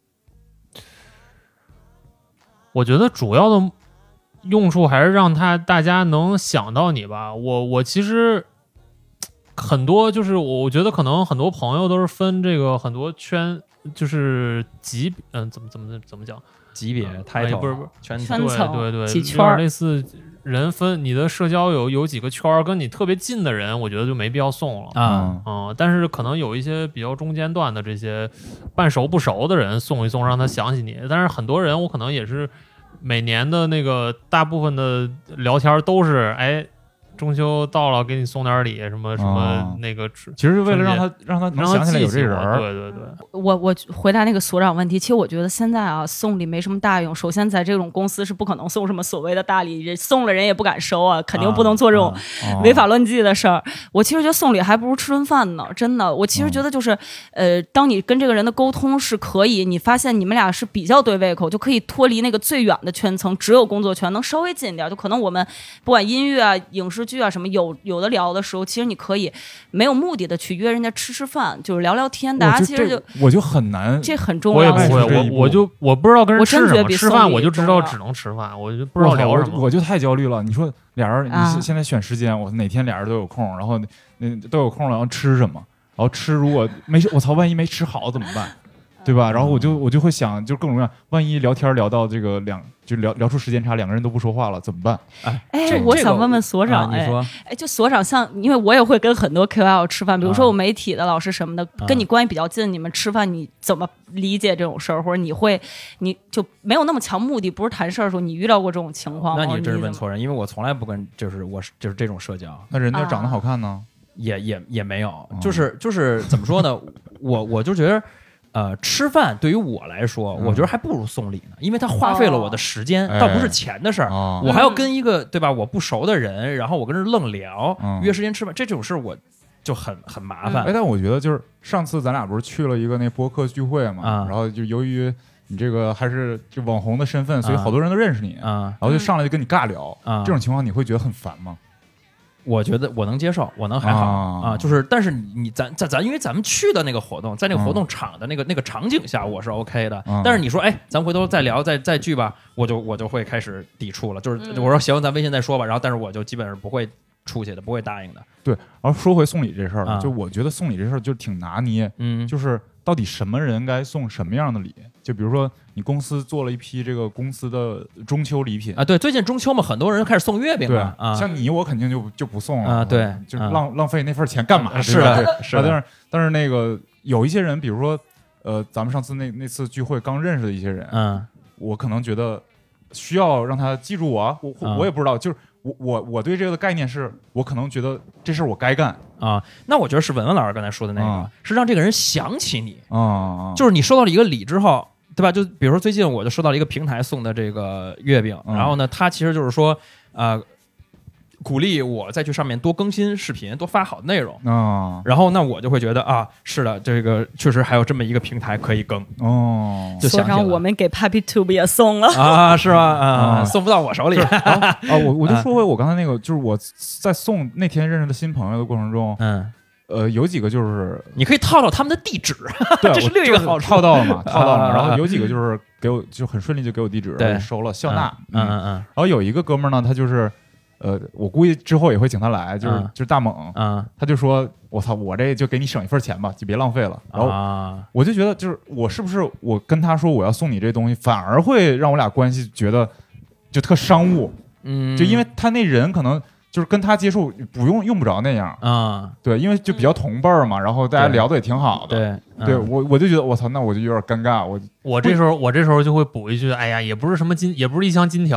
我觉得主要的用处还是让他大家能想到你吧。我我其实很多就是我觉得可能很多朋友都是分这个很多圈，就是级嗯、呃、怎么怎么怎么讲级别、 呃、 抬头、 哎、不是不是圈圈层对对对， 几圈类似人分你的社交有有几个圈，跟你特别近的人，我觉得就没必要送了啊。 嗯，但是可能有一些比较中间段的这些半熟不熟的人送一送，让他想起你。但是很多人我可能也是。每年的那个大部分的聊天都是，哎，中秋到了，给你送点礼，什么什么那个， 其实是为了让他让他能想起来有这人。 对对对。 我我回答那个所长问题，其实我觉得现在啊送礼没什么大用。首先，在这种公司是不可能送什么所谓的大礼，送了人也不敢收啊，肯定不能做这种违法乱纪的事儿。啊啊、我其实觉得送礼还不如吃顿饭呢，真的。我其实觉得就是，呃，当你跟这个人的沟通是可以，你发现你们俩是比较对胃口，就可以脱离那个最远的圈层，只有工作圈，能稍微近一点。就可能我们不管音乐啊、影视剧啊什么有有的聊的时候，其实你可以没有目的的去约人家吃吃饭，就是聊聊天，大家其实就我就很难， 这很重要。 我也不会，我我就我不知道跟人吃什么，吃饭我就知道只能吃饭，我就不知道聊什么， 我就太焦虑了。你说俩人，你现在选时间，我哪天俩人都有空，然后那都有空了，然后吃什么？然后吃如果没我操，万一没吃好怎么办？对吧？然后我就我就会想，就各种各样，万一聊天聊到这个两，就聊聊出时间差，两个人都不说话了，怎么办？ 哎，哎，我想问问所长， 哎，你说， 哎，就所长像，因为我也会跟很多 K O L 吃饭，比如说我媒体的老师什么的， 啊、 跟你关系比较近，你们吃饭你怎么理解这种事儿？或者你会，你就没有那么强目的，不是谈事儿的时候，你遇到过这种情况吗？ 那你真是问错人，因为我从来不跟，就是我就是这种社交。 那人家长得好看呢？ 啊、 也也也没有，就是就是怎么说呢？我我就觉得。呃，吃饭对于我来说，嗯、我觉得还不如送礼呢，因为它花费了我的时间，哦、倒不是钱的事儿。 哎、 我还要跟一个对吧，我不熟的人，然后我跟人愣聊， 嗯、 约时间吃饭，这种事我就很很麻烦。 哎，但我觉得就是上次咱俩不是去了一个那播客聚会嘛， 啊、 然后就由于你这个还是就网红的身份，所以好多人都认识你， 啊、 然后就上来就跟你尬聊， 啊、 这种情况你会觉得很烦吗？ 我觉得我能接受，我能还好啊, 啊，就是但是你你咱咱咱因为咱们去的那个活动，在那个活动场的那个、嗯、那个场景下，我是 OK 的。 嗯、 但是你说，哎，咱回头再聊，再再聚吧，我就我就会开始抵触了。就是、嗯、我说行，咱微信再说吧。然后，但是我就基本上不会出去的，不会答应的。 对，然后说回送礼这事儿、 啊， 就我觉得送礼这事儿就挺拿捏， 嗯， 就是到底什么人该送什么样的礼。就比如说你公司做了一批这个公司的中秋礼品啊，对，最近中秋嘛，很多人开始送月饼了啊。 像你我肯定就就不送了啊，对， 就浪、啊、浪费那份钱干嘛？ 啊、是的，是的。 但是但是那个有一些人，比如说呃，咱们上次那那次聚会刚认识的一些人， 嗯， 我可能觉得需要让他记住我，我、嗯、我也不知道，就是我我我对这个的概念是，我可能觉得这事儿我该干啊。那我觉得是文文老师刚才说的那个， 啊、 是让这个人想起你啊， 就是你收到了一个礼之后。对吧？就比如说最近我就收到了一个平台送的这个月饼， 嗯、 然后呢，它其实就是说，呃，鼓励我再去上面多更新视频，多发好的内容啊、哦。 然后那我就会觉得啊，是的，这个确实还有这么一个平台可以更哦。 就想起来我们给 PuppyTube 也送了啊，是吧？啊， 啊送不到我手里啊, 啊。我我就说回我刚才那个，就是我在送那天认识的新朋友的过程中， 嗯。 呃，有几个就是你可以套到他们的地址， 对， 这是另一个好处。 套到了嘛，套到了。然后有几个就是给我就很顺利就给我地址， 对， 就收了笑纳。 嗯嗯嗯。 然后有一个哥们儿呢，他就是呃，我估计之后也会请他来，就是、 嗯、 就是大猛， 嗯， 他就说我操，我这就给你省一份钱吧，就别浪费了。然后我就觉得就是我是不是我跟他说我要送你这东西，反而会让我俩关系觉得就特商务， 嗯， 就因为他那人可能。就是跟他接触不用用不着那样啊、嗯， 对，因为就比较同辈儿嘛，然后大家聊的也挺好的， 对， 嗯、对我我就觉得我操，那我就有点尴尬，我我这时候我这时候就会补一句，哎呀，也不是什么金，也不是一箱金条，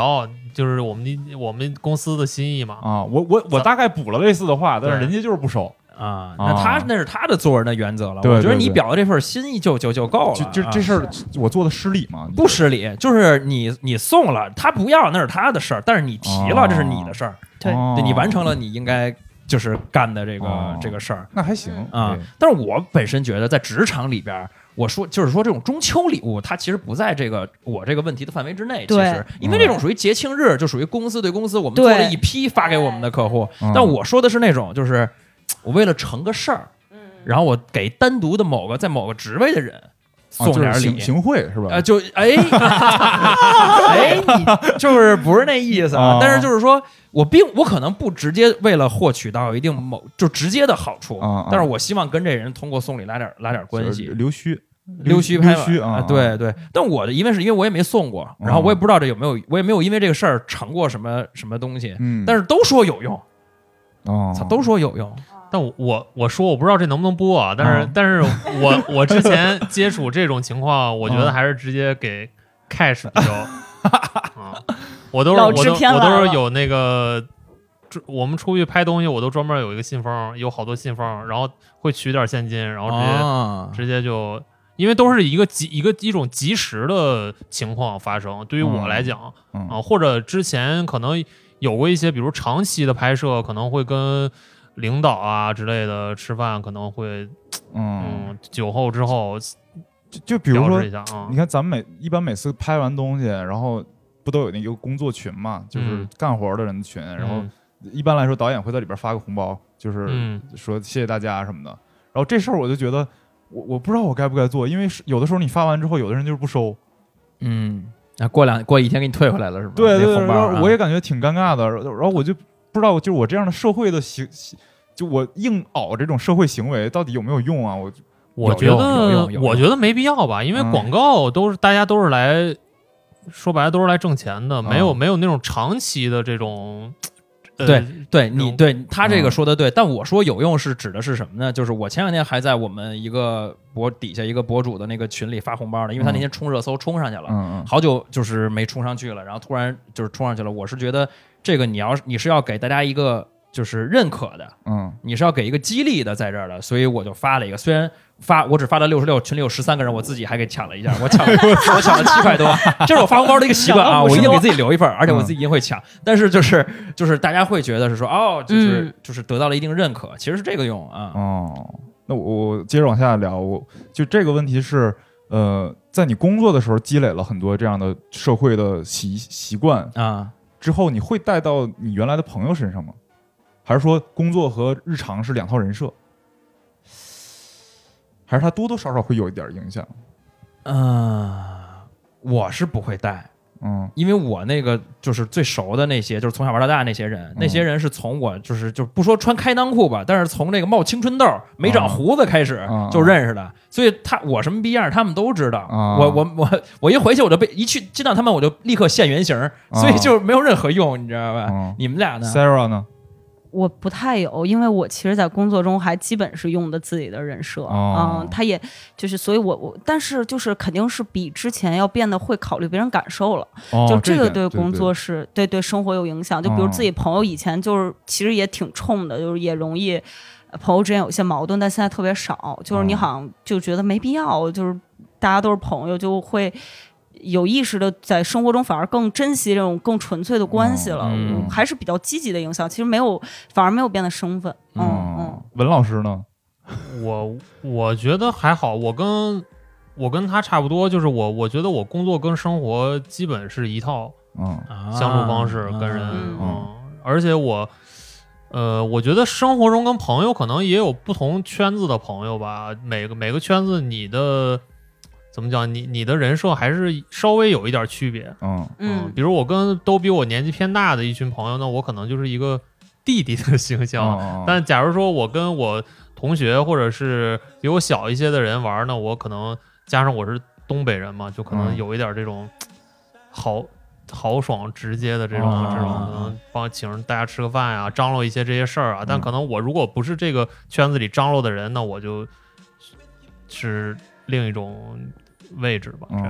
就是我们我们公司的心意嘛。 啊，我我我大概补了类似的话，但是人家就是不收。 啊，那他那是他的做人的原则了。 对， 我觉得你表的这份心意就就就够了。 就就这事儿，我做的失礼吗？ 不失礼，就是你你送了，他不要那是他的事儿，但是你提了，这是你的事儿。 对， 对你完成了，你应该就是干的这个这个事儿。 那还行啊。但是我本身觉得，在职场里边，我说就是说这种中秋礼物，它其实不在这个我这个问题的范围之内。其实，因为这种属于节庆日，就属于公司对公司，我们做了一批发给我们的客户。但我说的是那种就是。我为了成个事儿，然后我给单独的某个在某个职位的人送点礼， 行贿是吧？ 啊，就哎哎，你就是不是那意思啊？但是就是说我并我可能不直接为了获取到一定某就直接的好处，但是我希望跟这人通过送礼拉点拉点关系， 溜须溜须拍须啊， 对对。但我的因为是因为我也没送过，然后我也不知道这有没有，我也没有因为这个事儿成过什么什么东西，但是都说有用，哦，都说有用。 但我我我说我不知道这能不能播啊，但是、嗯、但是我我之前接触这种情况，我觉得还是直接给 cash 比较啊，我都是我都我都是有那个，我们出去拍东西，我都专门有一个信封，有好多信封，然后会取点现金，然后直接、啊、直接就，因为都是一个及一个一种及时的情况发生，对于我来讲、嗯、啊，或者之前可能有过一些，比如长期的拍摄，可能会跟领导啊之类的吃饭，可能会，嗯，嗯酒后之后， 就就比如说， 嗯、 你看咱们每一般每次拍完东西，然后不都有那个工作群嘛，就是干活的人的群，嗯、然后一般来说导演会在里边发个红包，就是说谢谢大家什么的。然后这事儿我就觉得，我我不知道我该不该做，因为有的时候你发完之后，有的人就是不收， 嗯，啊，过两过一天给你退回来了是吧？ 对对对， 红包、啊、 我也感觉挺尴尬的，然后我就。不知道，就是我这样的社会的行，就我硬熬这种社会行为到底有没有用啊？我我觉得我觉得没必要吧，因为广告都是、嗯、大家都是来说白了都是来挣钱的，没有、嗯、没有那种长期的这种。呃、 对对，你对他这个说的对、嗯，但我说有用是指的是什么呢？就是我前两天还在我们一个博底下一个博主的那个群里发红包呢，因为他那天冲热搜冲上去了， 嗯、 好久就是没冲上去了，然后突然就是冲上去了。我是觉得这个你要你是要给大家一个就是认可的， 嗯， 你是要给一个激励的在这儿的，所以我就发了一个，虽然。发我只发了六十六，群里有十三个人，我自己还给抢了一下，我抢了我抢了七块多，这是我发红包的一个习惯啊，我一定给自己留一份，而且我自己一定会抢。但是就是就是大家会觉得是说哦，就是、嗯、就是得到了一定认可，其实是这个用啊。 哦，那我我接着往下聊，我就这个问题是呃，在你工作的时候积累了很多这样的社会的习习惯啊， 之后你会带到你原来的朋友身上吗？还是说工作和日常是两套人设？还是它多多少少会有一点影响？ 嗯、呃，我是不会带， 嗯， 因为我那个就是最熟的那些，就是从小玩到大那些人，嗯、那些人是从我就是就不说穿开裆裤吧，但是从那个冒青春痘、没长胡子开始就认识的，嗯、所以他我什么逼样他们都知道。 嗯、 我我我我一回去我就被一去见到他们我就立刻现原形，嗯、所以就没有任何用，你知道吧？ 嗯、 你们俩呢 ？Sarah 呢？ 我不太有，因为我其实在工作中还基本是用的自己的人设， 哦、 嗯，他也就是所以我我但是就是肯定是比之前要变得会考虑别人感受了， 哦、 就这个对工作是 对, 对对生活有影响，就比如自己朋友以前就是其实也挺冲的，就是也容易朋友之间有一些矛盾，但现在特别少，就是你好像就觉得没必要，就是大家都是朋友就会有意识的在生活中反而更珍惜这种更纯粹的关系了， 嗯、 还是比较积极的影响。其实没有，反而没有变得生分。嗯嗯。 文老师呢？ 我我觉得还好，我跟我跟他差不多，就是我我觉得我工作跟生活基本是一套， 嗯， 相处方式跟人， 嗯， 嗯而且我。呃，我觉得生活中跟朋友可能也有不同圈子的朋友吧，每个每个圈子你的怎么讲，你你的人设还是稍微有一点区别， 嗯嗯， 比如我跟都比我年纪偏大的一群朋友呢，我可能就是一个弟弟的形象， 嗯、 但假如说我跟我同学或者是比我小一些的人玩呢，我可能加上我是东北人嘛，就可能有一点这种好。豪爽直接的这种、 哦、 这种可能帮请大家吃个饭啊，张罗一些这些事儿啊，但可能我如果不是这个圈子里张罗的人，那我就是另一种位置吧。这样子， 嗯、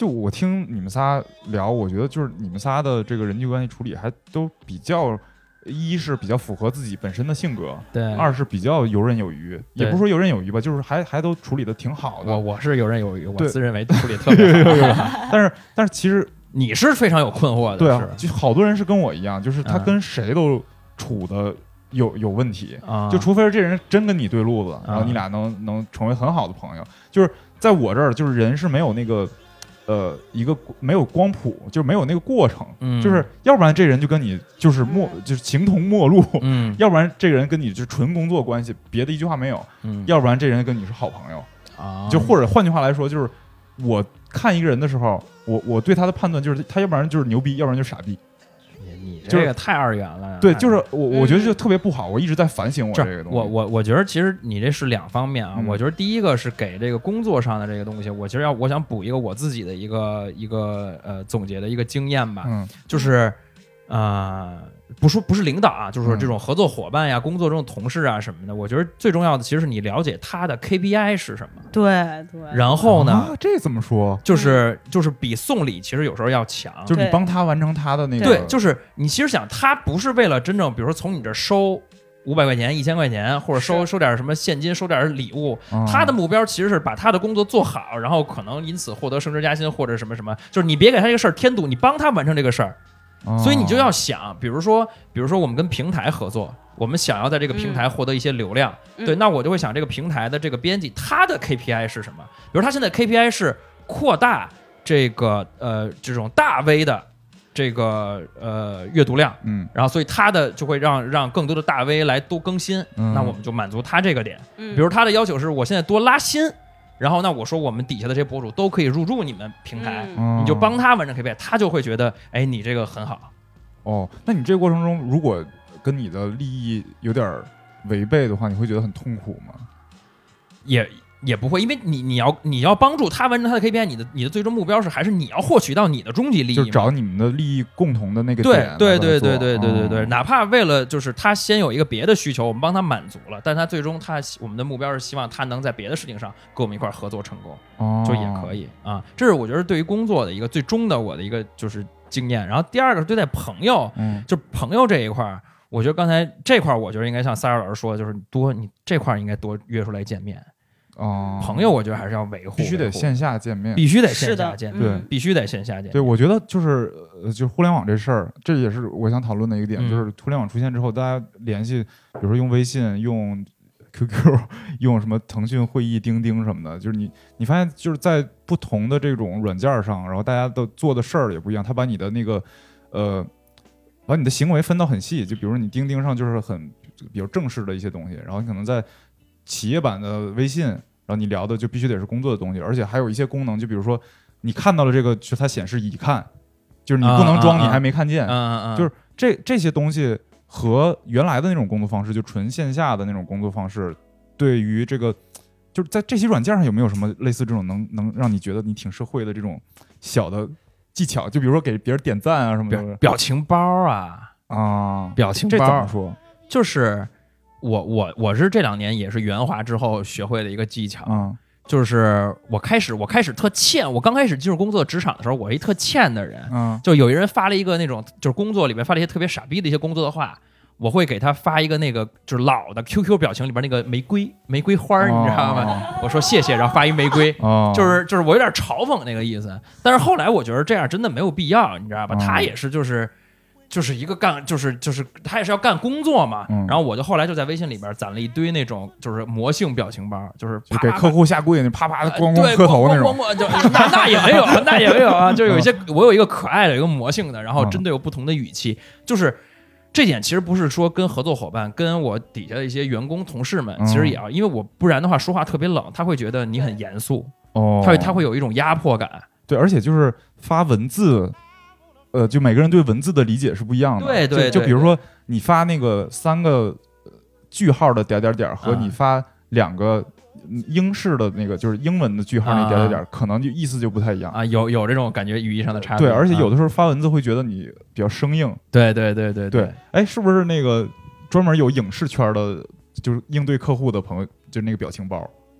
就我听你们仨聊，我觉得就是你们仨的这个人际关系处理还都比较，一是比较符合自己本身的性格， 对， 二是比较游刃有余，也不是说游刃有余吧，就是还还都处理的挺好的。 我我是游刃有余，我自认为处理特别好。 但是但是其实你是非常有困惑的， 对啊，就好多人是跟我一样，就是他跟谁都处的有有问题， 啊、 就除非是这人真跟你对路子，然后你俩能能成为很好的朋友。就是在我这儿，就是人是没有那个。呃，一个没有光谱，就是没有那个过程， 嗯， 就是要不然这人就跟你就是陌，就是形同陌路， 嗯， 要不然这个人跟你就是纯工作关系，别的一句话没有， 嗯， 要不然这人跟你是好朋友， 啊， 就或者换句话来说，就是我看一个人的时候，我我对他的判断就是他要不然就是牛逼，要不然就是傻逼。 你这个太二元了， 对，就是我，我觉得就特别不好。我一直在反省我这个东西。 我我我觉得其实你这是两方面啊。 嗯、 我觉得第一个是给这个工作上的这个东西，我其实要我想补一个我自己的一个一个呃总结的一个经验吧， 嗯， 就是呃不说不是领导啊，就是说这种合作伙伴呀、嗯、工作中的同事啊什么的，我觉得最重要的其实是你了解他的 K P I 是什么。 对对。 然后呢？ 啊、这怎么说？ 就是就是比送礼其实有时候要强， 就是你帮他完成他的那个。 对，就是你其实想他不是为了真正，比如说从你这收五百块钱、一千块钱，或者收收点什么现金、收点礼物， 嗯、 他的目标其实是把他的工作做好，然后可能因此获得升职加薪或者什么什么。就是你别给他这个事儿添堵，你帮他完成这个事儿。所以你就要想，比如说，比如说我们跟平台合作，我们想要在这个平台获得一些流量， 嗯、 对，那我就会想这个平台的这个编辑他的 K P I 是什么？比如他现在 K P I 是扩大这个呃这种大 V 的这个呃阅读量， 嗯， 然后所以他的就会让让更多的大 V 来多更新， 嗯、 那我们就满足他这个点。 嗯、 比如他的要求是我现在多拉新。然后那我说我们底下的这些博主都可以入驻你们平台， 嗯、 你就帮他完成 K P I， 他就会觉得哎你这个很好。 哦，那你这个过程中如果跟你的利益有点违背的话，你会觉得很痛苦吗？ 也也不会，因为你你要你要帮助他完成他的 K P I， 你的你的最终目标是还是你要获取到你的终极利益， 就找你们的利益共同的那个点。对对对对对对对对， 哦、 哪怕为了就是他先有一个别的需求，我们帮他满足了，但他最终他我们的目标是希望他能在别的事情上跟我们一块合作成功， 哦、 就也可以啊。这是我觉得对于工作的一个最终的我的一个就是经验。然后第二个是对待朋友， 嗯， 就朋友这一块，我觉得刚才这块我觉得应该像萨尔老师说的，就是多你这块应该多约出来见面。 哦， 朋友我觉得还是要维护， 必须得线下见面， 必须得线下见面， 对， 必须得线下见面。 对，我觉得就是呃，就是互联网这事儿，这也是我想讨论的一个点， 嗯、 就是互联网出现之后，大家联系，比如说用微信、用 Q Q、用什么腾讯会议、钉钉什么的，就是你你发现就是在不同的这种软件上，然后大家都做的事儿也不一样，他把你的那个呃，把你的行为分到很细，就比如说你钉钉上就是很比较正式的一些东西，然后你可能在企业版的微信。然后你聊的就必须得是工作的东西，而且还有一些功能，就比如说你看到了这个，就它显示已看，就是你不能装你还没看见， 嗯嗯嗯、 就是这这些东西和原来的那种工作方式，就纯线下的那种工作方式，对于这个就是在这些软件上有没有什么类似这种能能让你觉得你挺社会的这种小的技巧？就比如说给别人点赞啊什么的， 表, 表情包啊啊， 表情包这怎么说？ 就是。我我我是这两年也是圆滑之后学会的一个技巧， 嗯， 就是我开始我开始特欠，我刚开始进入工作职场的时候，我是一特欠的人， 嗯， 就有一人发了一个那种就是工作里面发了一些特别傻逼的一些工作的话，我会给他发一个那个就是老的 Q Q 表情里边那个玫瑰玫瑰花， 哦、 你知道吗？我说谢谢，然后发一玫瑰， 哦、 就是就是我有点嘲讽那个意思，但是后来我觉得这样真的没有必要，你知道吧？ 哦、 他也是就是。就是一个干，就是就是他也是要干工作嘛， 嗯、 然后我就后来就在微信里边攒了一堆那种就是魔性表情包，就是啪啪给客户下跪，那啪啪的咣咣磕头那种， 咣咣就那那也没有，那也没有啊，就有一些我有一个可爱的，有一个魔性的，然后针对有不同的语气，就是这点其实不是说跟合作伙伴，跟我底下的一些员工同事们，其实也要，因为我不然的话说话特别冷，他会觉得你很严肃， 哦， 他会他会有一种压迫感， 对，而且就是发文字。呃，就每个人对文字的理解是不一样的。 对 对, 对, 对， 就比如说你发那个三个句号的点点点和你发两个英式的那个就是英文的句号那点点点，啊、可能就意思就不太一样啊。有有这种感觉语义上的差别。 对，而且有的时候发文字会觉得你比较生硬。 对对对对对。哎，是不是那个专门有影视圈的，就是应对客户的朋友，就是那个表情包？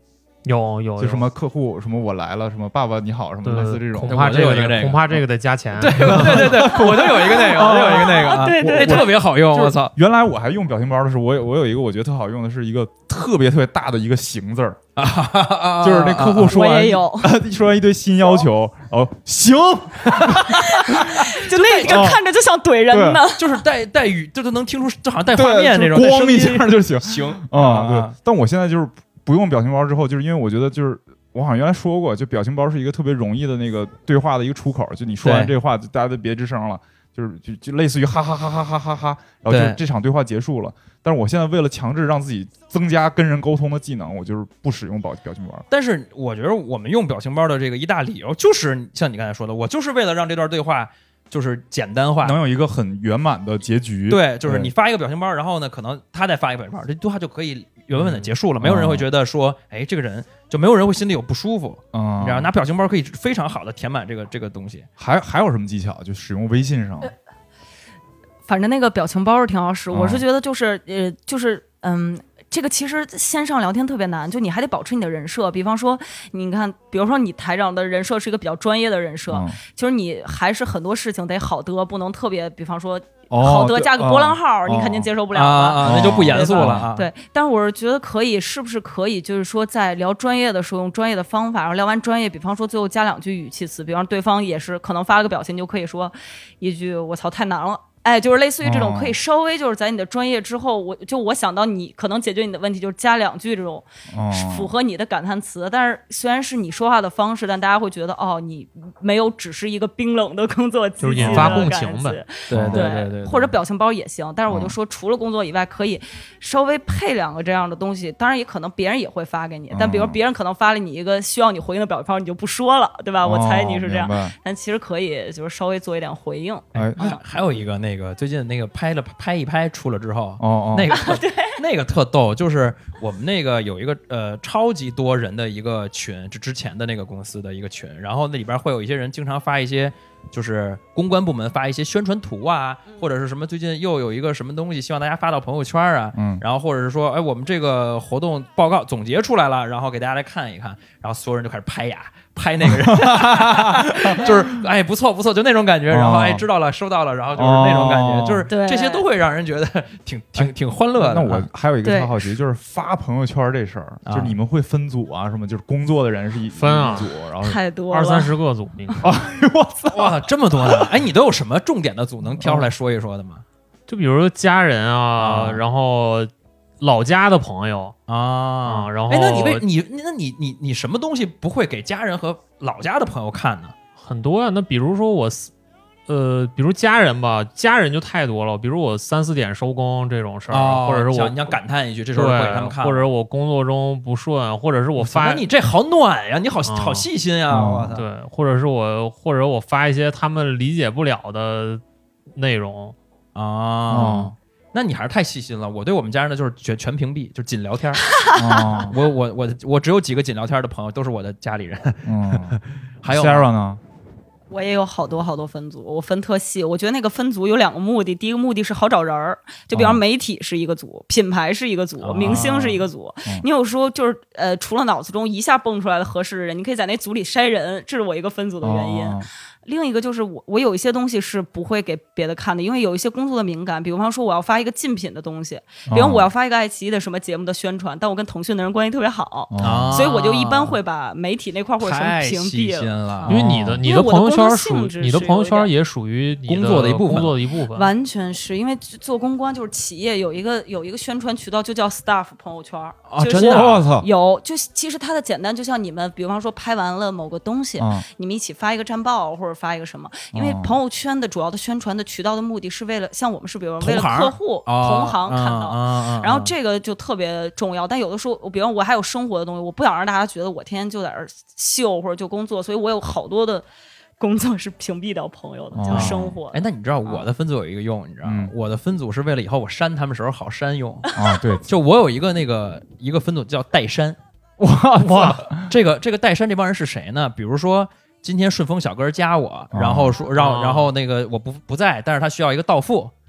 有有就什么客户什么我来了，什么爸爸你好，什么类似这种。 恐怕这个恐怕这个得加钱。 对对对对，我就有一个那个，我就有一个那个， 对对， 特别好用。我操！ 原来我还用表情包的时候，我有我有一个我觉得特好用的是一个特别特别大的一个行字儿，就是那客户说完说完一堆新要求，哦行， 就那个看着就像怼人呢， 就是带带语，这都能听出，就好像带画面那种， 咣一下就行行啊。对，但我现在就是不用表情包之后，就是因为我觉得就是。我好像原来说过，就表情包是一个特别容易的那个对话的一个出口，就你说完这话，就大家都别吱声了，就是就就类似于哈哈哈哈哈哈哈，然后就这场对话结束了。但是我现在为了强制让自己增加跟人沟通的技能，我就是不使用表表情包。 但是我觉得我们用表情包的这个一大理由，就是像你刚才说的，我就是为了让这段对话就是简单化， 能有一个很圆满的结局。 对，就是你发一个表情包，然后呢，可能他再发一个表情包，这对话就可以原本的结束了，没有人会觉得说，哎，这个人就没有人会心里有不舒服。嗯，你知道，拿表情包可以非常好的填满这个这个东西。 还还有什么技巧？就使用微信上， 反正那个表情包是挺好使。我是觉得就是呃，就是嗯。这个其实线上聊天特别难，就你还得保持你的人设。比方说，你看，比如说你台长的人设是一个比较专业的人设，嗯、就是你还是很多事情得好得，不能特别，比方说。好得加个波浪号，哦、你肯定接受不了了， 啊啊、那就不严肃了啊。 对，但是我是觉得可以，是不是可以，就是说在聊专业的时候用专业的方法，然后聊完专业，比方说最后加两句语气词，比方对方也是可能发了个表情，就可以说一句"我操，太难了"。哎，就是类似于这种，可以稍微就是在你的专业之后，我就我想到你可能解决你的问题，就是加两句这种符合你的感叹词。但是虽然是你说话的方式，但大家会觉得哦，你没有只是一个冰冷的工作， 就是引发共情呗。 对对对对， 或者表情包也行。但是我就说，除了工作以外，可以稍微配两个这样的东西。当然也可能别人也会发给你，但比如别人可能发了你一个需要你回应的表情包，你就不说了，对吧？我猜你是这样，但其实可以就是稍微做一点回应。 哎，还有一个那个最近那个。拍了拍一拍出了之后，哦哦那个特、啊、那个特逗，就是我们那个有一个呃超级多人的一个群，就之前的那个公司的一个群，然后那里边会有一些人经常发一些，就是公关部门发一些宣传图啊，或者是什么最近又有一个什么东西，希望大家发到朋友圈啊，嗯，然后或者是说，哎，我们这个活动报告总结出来了，然后给大家来看一看，然后所有人就开始拍呀。拍那个人就是哎不错不错就那种感觉，然后哎知道了收到了，然后就是那种感觉，哦、就是这些都会让人觉得挺挺挺欢乐的。 那我还有一个特好奇，就是发朋友圈这事儿，就是你们会分组啊什么？就是工作的人是一分啊组，然后太多二三十个组， 哎我操哇这么多的！哎，你都有什么重点的组能挑出来说一说的吗？ 就比如说家人啊，啊然后。老家的朋友啊、 嗯，然后哎，那你为你那你你你什么东西不会给家人和老家的朋友看呢？ 很多啊，那比如说我，呃，比如家人吧，家人就太多了。比如我三四点收工这种事儿、 哦， 或者是我你想感叹一句，这时候会给他们看， 或者我工作中不顺，或者是我发， 你这好暖呀，你好、嗯、好细心呀，我操、 嗯！对，或者是我或者我发一些他们理解不了的内容啊。嗯那你还是太细心了。我对我们家人的就是全全屏蔽，就仅聊天。哦、我我我我只有几个仅聊天的朋友，都是我的家里人。嗯，还有 Sarah 呢？ 我也有好多好多分组，我分特细。我觉得那个分组有两个目的，第一个目的是好找人儿，就比方媒体是一个组，哦、品牌是一个组，哦、明星是一个组。哦、你有时候就是呃，除了脑子中一下蹦出来的合适的人，你可以在那组里筛人，这是我一个分组的原因。哦另一个就是我，我有一些东西是不会给别的看的，因为有一些工作的敏感，比方说我要发一个竞品的东西，比方我要发一个爱奇艺的什么节目的宣传，但我跟腾讯的人关系特别好，哦、所以我就一般会把媒体那块或者什么屏蔽了， 了因为你的你的朋友圈属你的朋友圈也属于工作的一部分， 工作的一部分， 完全是因为做公关就是企业有一个有一个宣传渠道就叫 staff 朋友圈， 啊， 就是真的我操有，就其实它的简单，就像你们比方说拍完了某个东西，嗯、你们一起发一个战报或者发一个什么。因为朋友圈的主要的宣传的渠道的目的是为了像我们是比如为了客户同行看到、啊啊、然后这个就特别重要，但有的时候比方我还有生活的东西，我不想让大家觉得我天天就在这儿秀或者就工作，所以我有好多的工作是屏蔽掉朋友的、哦、就是生活。 哎，那你知道我的分组有一个用、嗯、你知道吗、嗯、我的分组是为了以后我删他们时候好删用啊。对， 就我有一个那个一个分组叫代删。 哇哇， 这个这个代删这帮人是谁呢？比如说今天顺丰小哥加我，然后说让、哦、然后那个我不不在，但是他需要一个到付，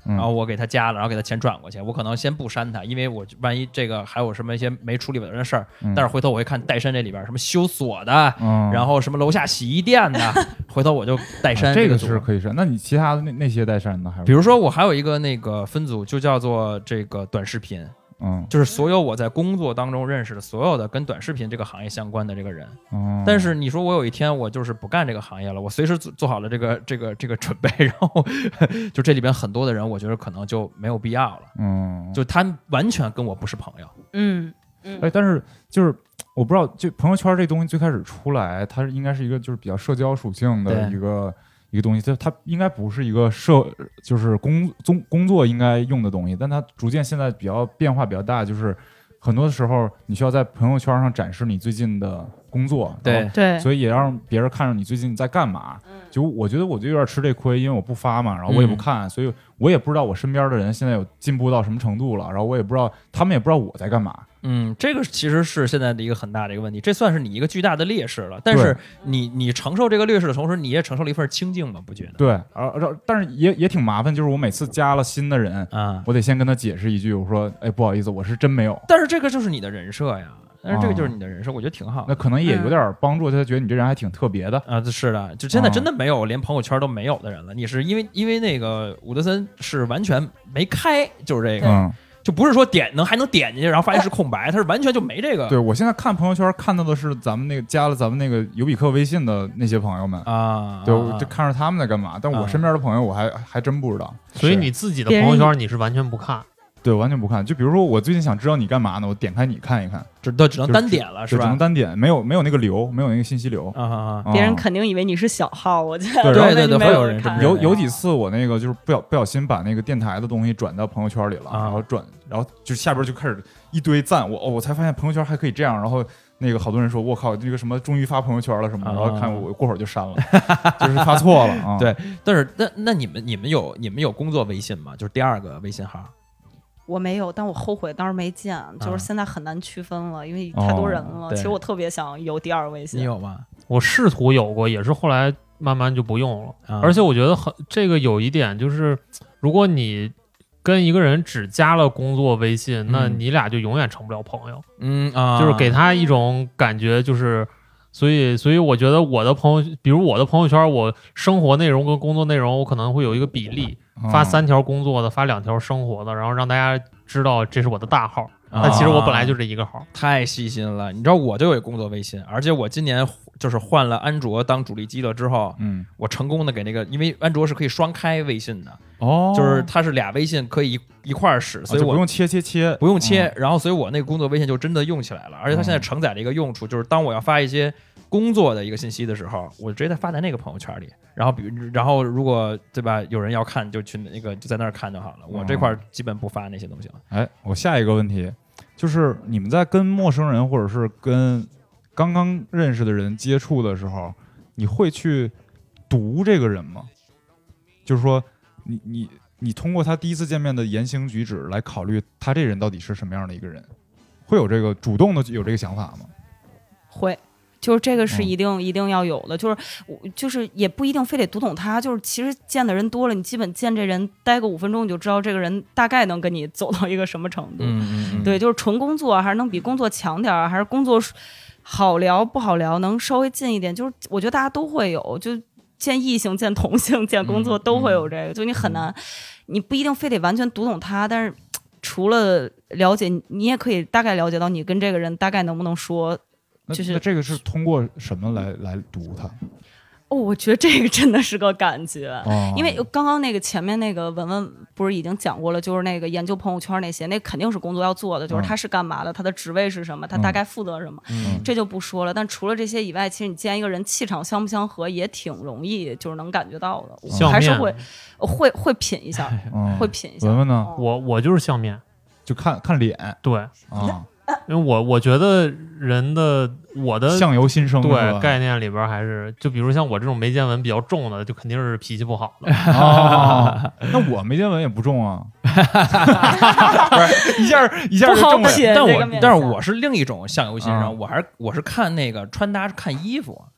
然后我给他加了，然后给他钱转过去，我可能先不删他，因为我万一这个还有什么一些没处理完的事儿， 嗯、 但是回头我会看代删这里边什么修锁的，嗯、然后什么楼下洗衣店的，回头我就代删、 啊。这个是可以删。那你其他的那那些代删呢？还有比如说我还有一个那个分组，就叫做这个短视频。 嗯， 就是所有我在工作当中认识的所有的跟短视频这个行业相关的这个人， 嗯， 但是你说我有一天我就是不干这个行业了，我随时做做好了这个这个这个准备，然后就这里边很多的人，我觉得可能就没有必要了， 嗯， 就他完全跟我不是朋友， 嗯嗯， 哎，但是就是我不知道，就朋友圈这东西最开始出来，它应该是一个就是比较社交属性的一个。一个东西，它它应该不是一个社，就是工工工作应该用的东西，但它逐渐现在比较变化比较大，就是很多的时候你需要在朋友圈上展示你最近的工作， 对对， 所以也让别人看着你最近在干嘛。就我觉得我就有点吃这亏，因为我不发嘛，然后我也不看，嗯、所以我也不知道我身边的人现在有进步到什么程度了，然后我也不知道他们也不知道我在干嘛。 嗯，这个其实是现在的一个很大的一个问题，这算是你一个巨大的劣势了。但是你你承受这个劣势的同时，你也承受了一份清静嘛，不觉得？ 对，而但是也也挺麻烦，就是我每次加了新的人啊，我得先跟他解释一句，我说，哎，不好意思，我是真没有。 但是这个就是你的人设呀。但是这个就是你的人设，我觉得挺好。 那可能也有点帮助，他觉得你这人还挺特别的啊。是的，就现在真的没有连朋友圈都没有的人了。你是因为因为那个伍德森是完全没开，就是这个， 嗯、 就不是说点能还能点进去，然后发现是空白，他是完全就没这个。 对，我现在看朋友圈看到的是咱们那个加了咱们那个尤比克微信的那些朋友们啊， 对，我就看着他们在干嘛。但我身边的朋友我还、啊、还真不知道。 所以你自己的朋友圈你是完全不看。 对，完全不看。就比如说，我最近想知道你干嘛呢，我点开你看一看， 只都只能单点了，是吧？ 只能单点，没有没有那个流，没有那个信息流啊啊啊！别人肯定以为你是小号，我觉得对对对，会有人有有几次我那个就是不小不小心把那个电台的东西转到朋友圈里了， 啊、 然后转，然后就下边就开始一堆赞，我哦，我才发现朋友圈还可以这样，然后那个好多人说，我靠，这个什么终于发朋友圈了什么的，然后看我过会儿就删了，就是发错了啊。 对，但是那那你们你们有你们有工作微信吗？就是第二个微信号。 我没有，但我后悔当时没建，就是现在很难区分了，啊、因为太多人了。 哦、 其实我特别想有第二微信。 你有吗？ 我试图有过，也是后来慢慢就不用了。啊、而且我觉得很这个有一点就是，如果你跟一个人只加了工作微信，嗯、那你俩就永远成不了朋友。 嗯啊， 就是给他一种感觉，就是所以所以我觉得我的朋友，比如我的朋友圈，我生活内容跟工作内容，我可能会有一个比例。发三条工作的，发两条生活的，然后让大家知道这是我的大号。但其实我本来就这一个号。 太细心了，你知道我就有一工作微信，而且我今年就是换了安卓当主力机了之后，嗯，我成功的给那个，因为安卓是可以双开微信的，哦，就是它是俩微信可以一一块儿使，所以我、 啊、不用切切切， 不用切，嗯、然后所以我那个工作微信就真的用起来了，而且它现在承载了一个用处，就是当我要发一些工作的一个信息的时候，我直接发在那个朋友圈里，然后比如然后如果对吧有人要看就去那个就在那儿看就好了，我这块基本不发那些东西了。 哎，我下一个问题就是你们在跟陌生人或者是跟刚刚认识的人接触的时候，你会去读这个人吗？就是说你你你通过他第一次见面的言行举止来考虑他这人到底是什么样的一个人，会有这个主动的有这个想法吗？ 会。就是这个是一定、嗯、一定要有的，就是就是也不一定非得读懂他，就是其实见的人多了，你基本见这人待个五分钟你就知道这个人大概能跟你走到一个什么程度。 嗯嗯嗯对，就是纯工作还是能比工作强点儿，还是工作好聊不好聊能稍微近一点，就是我觉得大家都会有，就见异性见同性见工作都会有这个、嗯、就你很难、嗯、你不一定非得完全读懂他，但是除了了解你也可以大概了解到你跟这个人大概能不能说。就是、 那, 那这个是通过什么来来读它？ 哦，我觉得这个真的是个感觉， 哦、 因为刚刚那个前面那个文文不是已经讲过了，就是那个研究朋友圈那些，那肯定是工作要做的，就是他是干嘛的，他的职位是什么，他大概负责什么， 嗯、 这就不说了。但除了这些以外，其实你见一个人气场相不相合也挺容易，就是能感觉到的。我还是会会会品一下， 嗯、 会品一下。 文文呢？ 哦、 我我就是相面， 就看看脸， 对啊。 因为我我觉得人的我的相由心生对概念里边还是就比如像我这种眉间纹比较重的，就肯定是脾气不好的。 哦，那我眉间纹也不重啊，不是一下一下就正了。 但我但是我是另一种相由心生，啊、我还是我是看那个穿搭看衣服。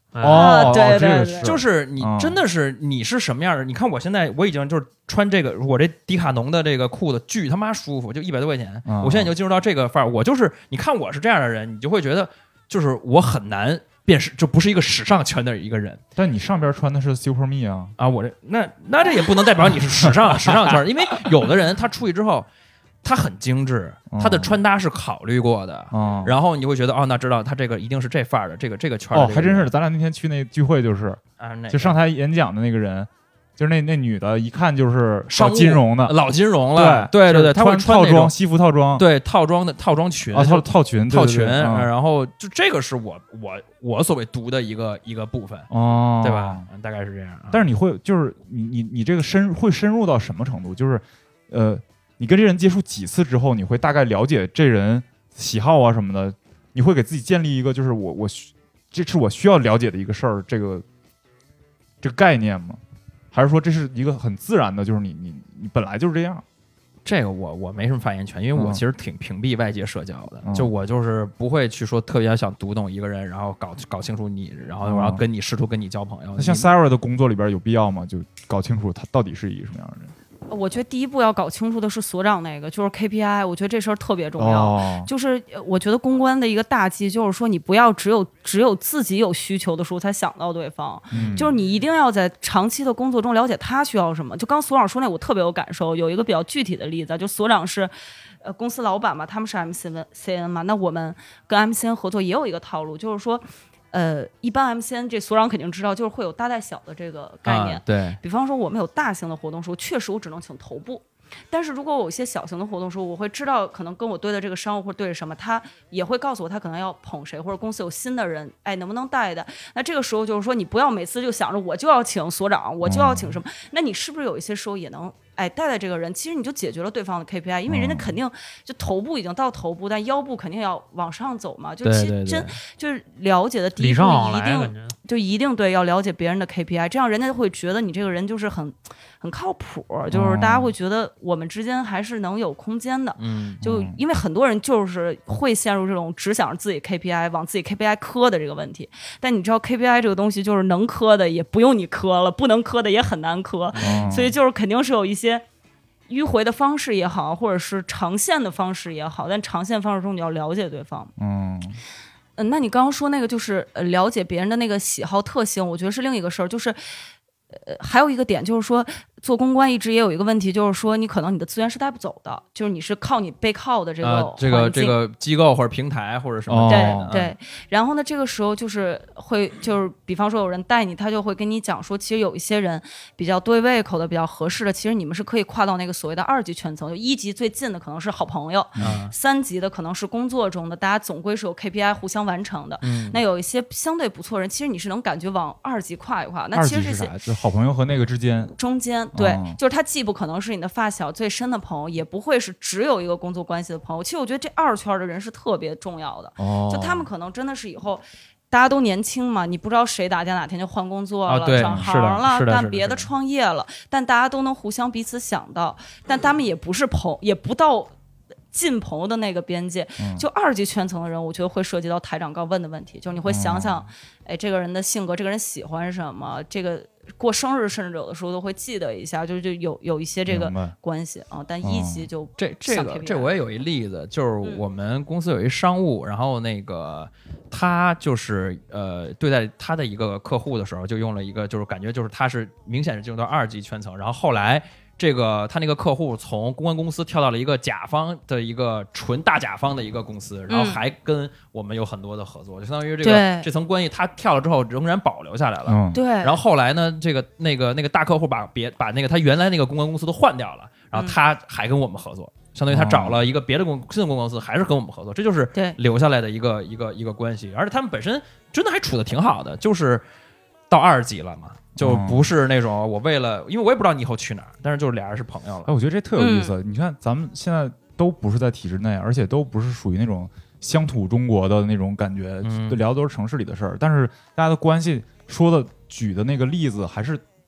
哦， 对对对， 就是你真的是你是什么样的？你看我现在我已经就是穿这个，我这迪卡侬的这个裤子巨他妈舒服，就一百多块钱，我现在就进入到这个范儿。我就是你看我是这样的人，你就会觉得就是我很难辨识，就不是一个时尚圈的一个人。 但你上边穿的是 Super Me 啊啊，我这那那这也不能代表你是时尚时尚圈，因为有的人他出去之后。他很精致，他的穿搭是考虑过的， 嗯、 然后你就会觉得哦，那知道他这个一定是这范儿的，这个这个圈儿哦，还真是，咱俩那天去那聚会就是啊， 就上台演讲的那个人，就是那那女的，一看就是老金融的， 老金融了，对对对，她会穿套装西服套装， 对套装的套装裙啊套套裙套裙， 嗯、 然后就这个是我我我所谓读的一个一个部分， 哦， 对吧？大概是这样。 但是你会就是你你你这个深会深入到什么程度？就是呃。你跟这人接触几次之后，你会大概了解这人喜好啊什么的，你会给自己建立一个就是我我这是我需要了解的一个事儿，这个这个概念吗？还是说这是一个很自然的，就是你你你本来就是这样？ 这个我我没什么发言权，因为我其实挺屏蔽外界社交的， 嗯、 就我就是不会去说特别想读懂一个人，然后搞搞清楚你，然后然后跟你试图跟你交朋友。 那像 Sarah 的工作里边有必要吗？就搞清楚他到底是一个什么样的人？ 我觉得第一步要搞清楚的是所长那个，就是 K P I， 我觉得这事儿特别重要。 哦、 就是我觉得公关的一个大忌，就是说你不要只有只有自己有需求的时候才想到对方， 嗯、 就是你一定要在长期的工作中了解他需要什么。就刚所长说那，我特别有感受。有一个比较具体的例子，就所长是呃公司老板嘛，他们是 M C N 嘛，那我们跟 M C N 合作也有一个套路，就是说。呃，一般 M C N 这所长肯定知道，就是会有大带小的这个概念。 啊、对， 比方说我们有大型的活动时候，确实我只能请头部。但是如果我有一些小型的活动时候，我会知道可能跟我对的这个商务或者对着什么，他也会告诉我他可能要捧谁，或者公司有新的人，哎，能不能带的？那这个时候就是说，你不要每次就想着我就要请所长，我就要请什么？嗯、那你是不是有一些时候也能哎带带这个人？其实你就解决了对方的 K P I， 因为人家肯定就头部已经到头部，但腰部肯定要往上走嘛。就其实真就是了解的第一步一定就一定对要了解别人的 K P I， 这样人家会觉得你这个人就是很很靠谱，就是大家会觉得我们之间还是能有空间的。 嗯， 就因为很多人就是会陷入这种只想着自己 K P I 往自己 K P I 磕的这个问题。但你知道 K P I 这个东西就是能磕的也不用你磕了，不能磕的也很难磕， 嗯、 所以就是肯定是有一些迂回的方式也好，或者是长线的方式也好，但长线方式中你要了解对方。 嗯。 嗯，那你刚刚说那个就是呃了解别人的那个喜好特性，我觉得是另一个事儿，就是呃还有一个点就是说做公关一直也有一个问题，就是说你可能你的资源是带不走的，就是你是靠你背靠的这个、 呃、这个这个机构或者平台或者什么、 哦、对、 嗯、 对。然后呢这个时候就是会就是比方说有人带你，他就会跟你讲说，其实有一些人比较对胃口的比较合适的，其实你们是可以跨到那个所谓的二级圈层，就一级最近的可能是好朋友、 嗯、 三级的可能是工作中的，大家总归是有 K P I 互相完成的、 嗯、 那有一些相对不错人，其实你是能感觉往二级跨一跨。那其实这些就是好朋友和那个之间中间对、哦、就是他既不可能是你的发小最深的朋友，也不会是只有一个工作关系的朋友。其实我觉得这二圈的人是特别重要的、 哦、 就他们可能真的是以后大家都年轻嘛，你不知道谁打架哪天就换工作了、 啊、对转行了，干别的创业了，但大家都能互相彼此想到，但他们也不是朋也不到近朋友的那个边界、嗯、就二级圈层的人，我觉得会涉及到台长刚问的问题，就是你会想想、嗯、哎，这个人的性格，这个人喜欢什么，这个过生日甚至有的时候都会记得一下，就就有有一些这个关系啊、嗯。但一级就、 嗯、这这个这我也有一例子，就是我们公司有一商务，嗯、然后那个他就是呃对待他的一个客户的时候，就用了一个就是感觉就是他是明显是进入到二级圈层，然后后来。这个他那个客户从公关公司跳到了一个甲方的一个纯大甲方的一个公司，然后还跟我们有很多的合作，嗯、就相当于这个这层关系他跳了之后仍然保留下来了。 嗯、 对。 然后后来呢，这个那个那个大客户把别把那个他原来那个公关公司都换掉了，然后他还跟我们合作，嗯、相当于他找了一个别的公新的公关公司，还是跟我们合作，这就是留下来的一个一个一个关系。而且他们本身真的还处得挺好的，就是到二级了嘛。就不是那种我为了，因为我也不知道你以后去哪儿，但是就是俩人是朋友了。 哎，我觉得这特有意思。嗯、你看，咱们现在都不是在体制内，而且都不是属于那种乡土中国的那种感觉，嗯、聊的都是城市里的事儿。但是大家的关系说的举的那个例子，还是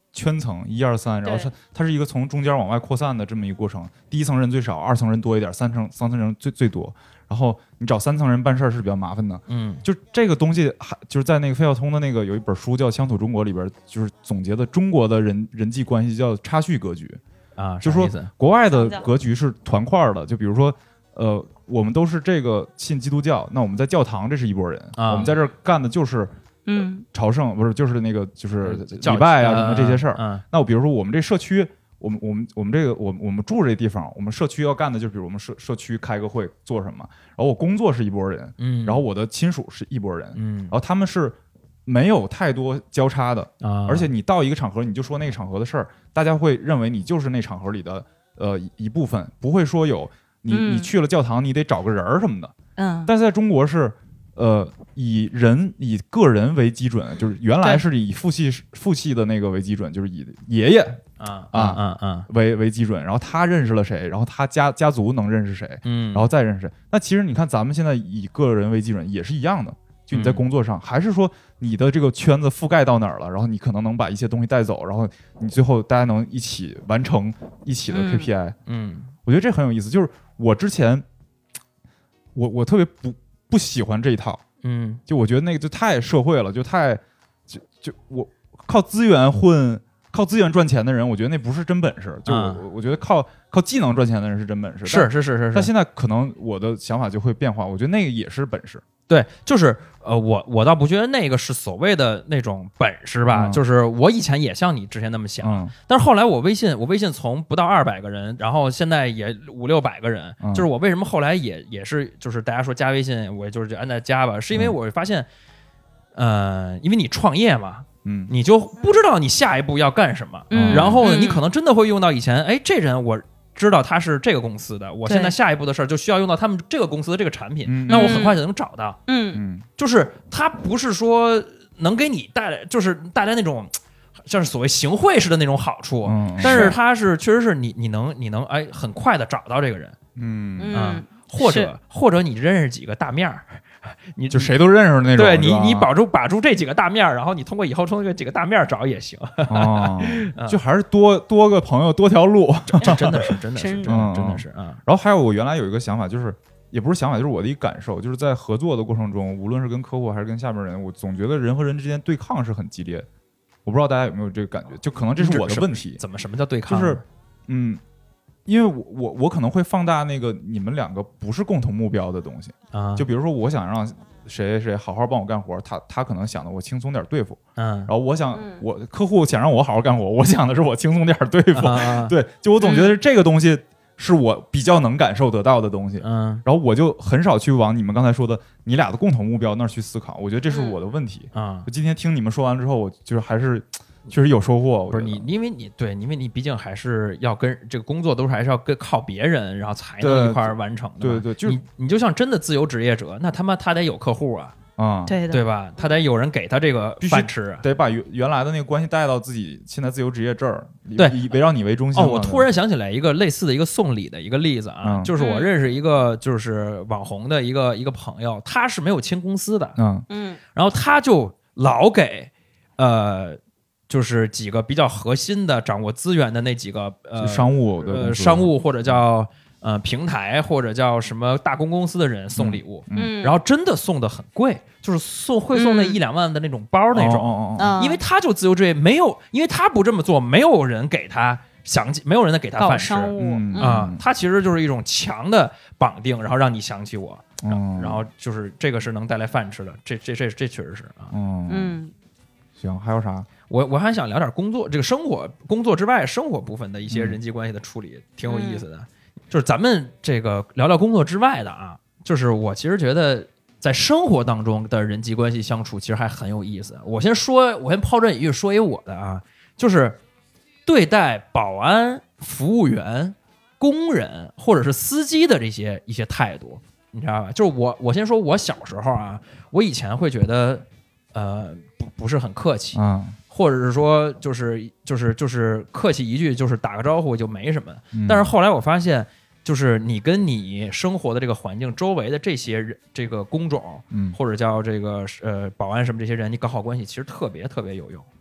圈层一二三，然后它它是一个从中间往外扩散的这么一个过程。第一层人最少，二层人多一点，三层三层人最最多。然后你找三层人办事儿是比较麻烦的。 嗯， 就这个东西还就是在那个费孝通的那个有一本书叫《乡土中国》里边，就是总结的中国的人人际关系叫差序格局啊， 就说国外的格局是团块的，就比如说呃，我们都是这个信基督教，那我们在教堂这是一拨人，啊、我们在这儿干的就是。 嗯， 朝圣不是就是那个就是礼拜啊什么这些事儿。 嗯， 那我比如说我们这社区，我们我们我们这个我我们住这地方，我们社区要干的就比如我们社社区开个会做什么，然后我工作是一拨人， 嗯， 然后我的亲属是一拨人， 嗯， 然后他们是没有太多交叉的啊， 而且你到一个场合你就说那个场合的事儿，大家会认为你就是那场合里的呃一部分，不会说有你、嗯、你去了教堂你得找个人儿什么的。 嗯， 但是在中国是。呃，以人以个人为基准，就是原来是以父系父系的那个为基准，就是以爷爷啊啊啊啊为为基准，然后他认识了谁，然后他家家族能认识谁， 嗯， 然后再认识谁。那其实你看咱们现在以个人为基准也是一样的，就你在工作上，嗯、还是说你的这个圈子覆盖到哪儿了，然后你可能能把一些东西带走，然后你最后大家能一起完成一起的 K P I。 嗯， 我觉得这很有意思，就是我之前我我特别不。不喜欢这一套， 嗯， 就我觉得那个就太社会了，就太就就我靠资源混，靠资源赚钱的人，我觉得那不是真本事。就我、嗯、我觉得靠靠技能赚钱的人是真本事。 是是是是是。 但现在可能我的想法就会变化，我觉得那个也是本事。 对，就是呃，我我倒不觉得那个是所谓的那种本事吧， 嗯、 就是我以前也像你之前那么想， 嗯、 但是后来我微信我微信从不到二百个人，然后现在也五六百个人， 嗯、 就是我为什么后来也也是就是大家说加微信，我就是就按在加吧，是因为我发现，嗯、呃，因为你创业嘛。 嗯， 你就不知道你下一步要干什么， 嗯、 然后你可能真的会用到以前，哎，这人我知道他是这个公司的，我现在下一步的事儿就需要用到他们这个公司的这个产品， 嗯、 那我很快就能找到。 嗯嗯， 就是他不是说能给你带来，就是带来那种像是所谓行贿式的那种好处， 嗯、 但是他是确实是你你能你能哎很快的找到这个人， 嗯嗯， 啊、或者或者你认识几个大面儿。你就谁都认识的那种， 对你，你保住把住这几个大面，然后你通过以后从这几个大面找也行。 哦，就还是多多个朋友，多条路， 这真的是，真的是，真的真的是啊。 然后还有我原来有一个想法，就是也不是想法，就是我的一个感受，就是在合作的过程中，无论是跟客户还是跟下边人，我总觉得人和人之间对抗是很激烈的。我不知道大家有没有这个感觉，就可能这是我的问题。 怎么什么叫对抗？ 就是嗯。因为我我我可能会放大那个你们两个不是共同目标的东西啊， 就比如说我想让谁谁好好帮我干活，他他可能想的我轻松点对付， 嗯， 然后我想、嗯、我客户想让我好好干活，我想的是我轻松点对付， 啊、 对，就我总觉得这个东西是我比较能感受得到的东西， 嗯， 然后我就很少去往你们刚才说的你俩的共同目标那儿去思考，我觉得这是我的问题啊。 我今天听你们说完之后，我就是还是。确实有收获， 不是你，因为你对，因为你毕竟还是要跟这个工作都是还是要跟靠别人，然后才能一块完成的。 对对，就你你就像真的自由职业者，那他妈他得有客户啊， 啊、嗯， 对对吧？他得有人给他这个饭吃， 得把原原来的那个关系带到自己现在自由职业这儿， 对， 以围绕你为中心。 哦，我突然想起来一个类似的一个送礼的一个例子啊， 嗯、 就是我认识一个就是网红的一个一个朋友，他是没有签公司的， 嗯嗯， 然后他就老给呃。就是几个比较核心的掌握资源的那几个呃商务的呃商务或者叫呃平台或者叫什么大公公司的人送礼物， 嗯， 然后真的送的很贵，就是送会送那一两万的那种包那种， 哦哦哦、 因为他就自由职业，没有，因为他不这么做，没有人给他想起，没有人能给他饭吃商务、 嗯、 啊，他其实就是一种强的绑定，然后让你想起我， 嗯、 然后就是这个是能带来饭吃的，这这这这确实是啊， 嗯嗯， 行，还有啥？ 我我还想聊点工作，这个生活工作之外生活部分的一些人际关系的处理， 嗯、 挺有意思的。就是咱们这个聊聊工作之外的啊，就是我其实觉得在生活当中的人际关系相处其实还很有意思。我先说，我先抛砖引玉说一我的啊，就是对待保安、服务员、工人或者是司机的这些一些态度，你知道吧？就是我我先说我小时候啊，我以前会觉得呃不不是很客气啊。 或者是说，就是就是就是客气一句，就是打个招呼就没什么。 嗯、 但是后来我发现，就是你跟你生活的这个环境周围的这些人，这个工种， 嗯， 或者叫这个呃保安什么这些人，你搞好关系，其实特别特别有用。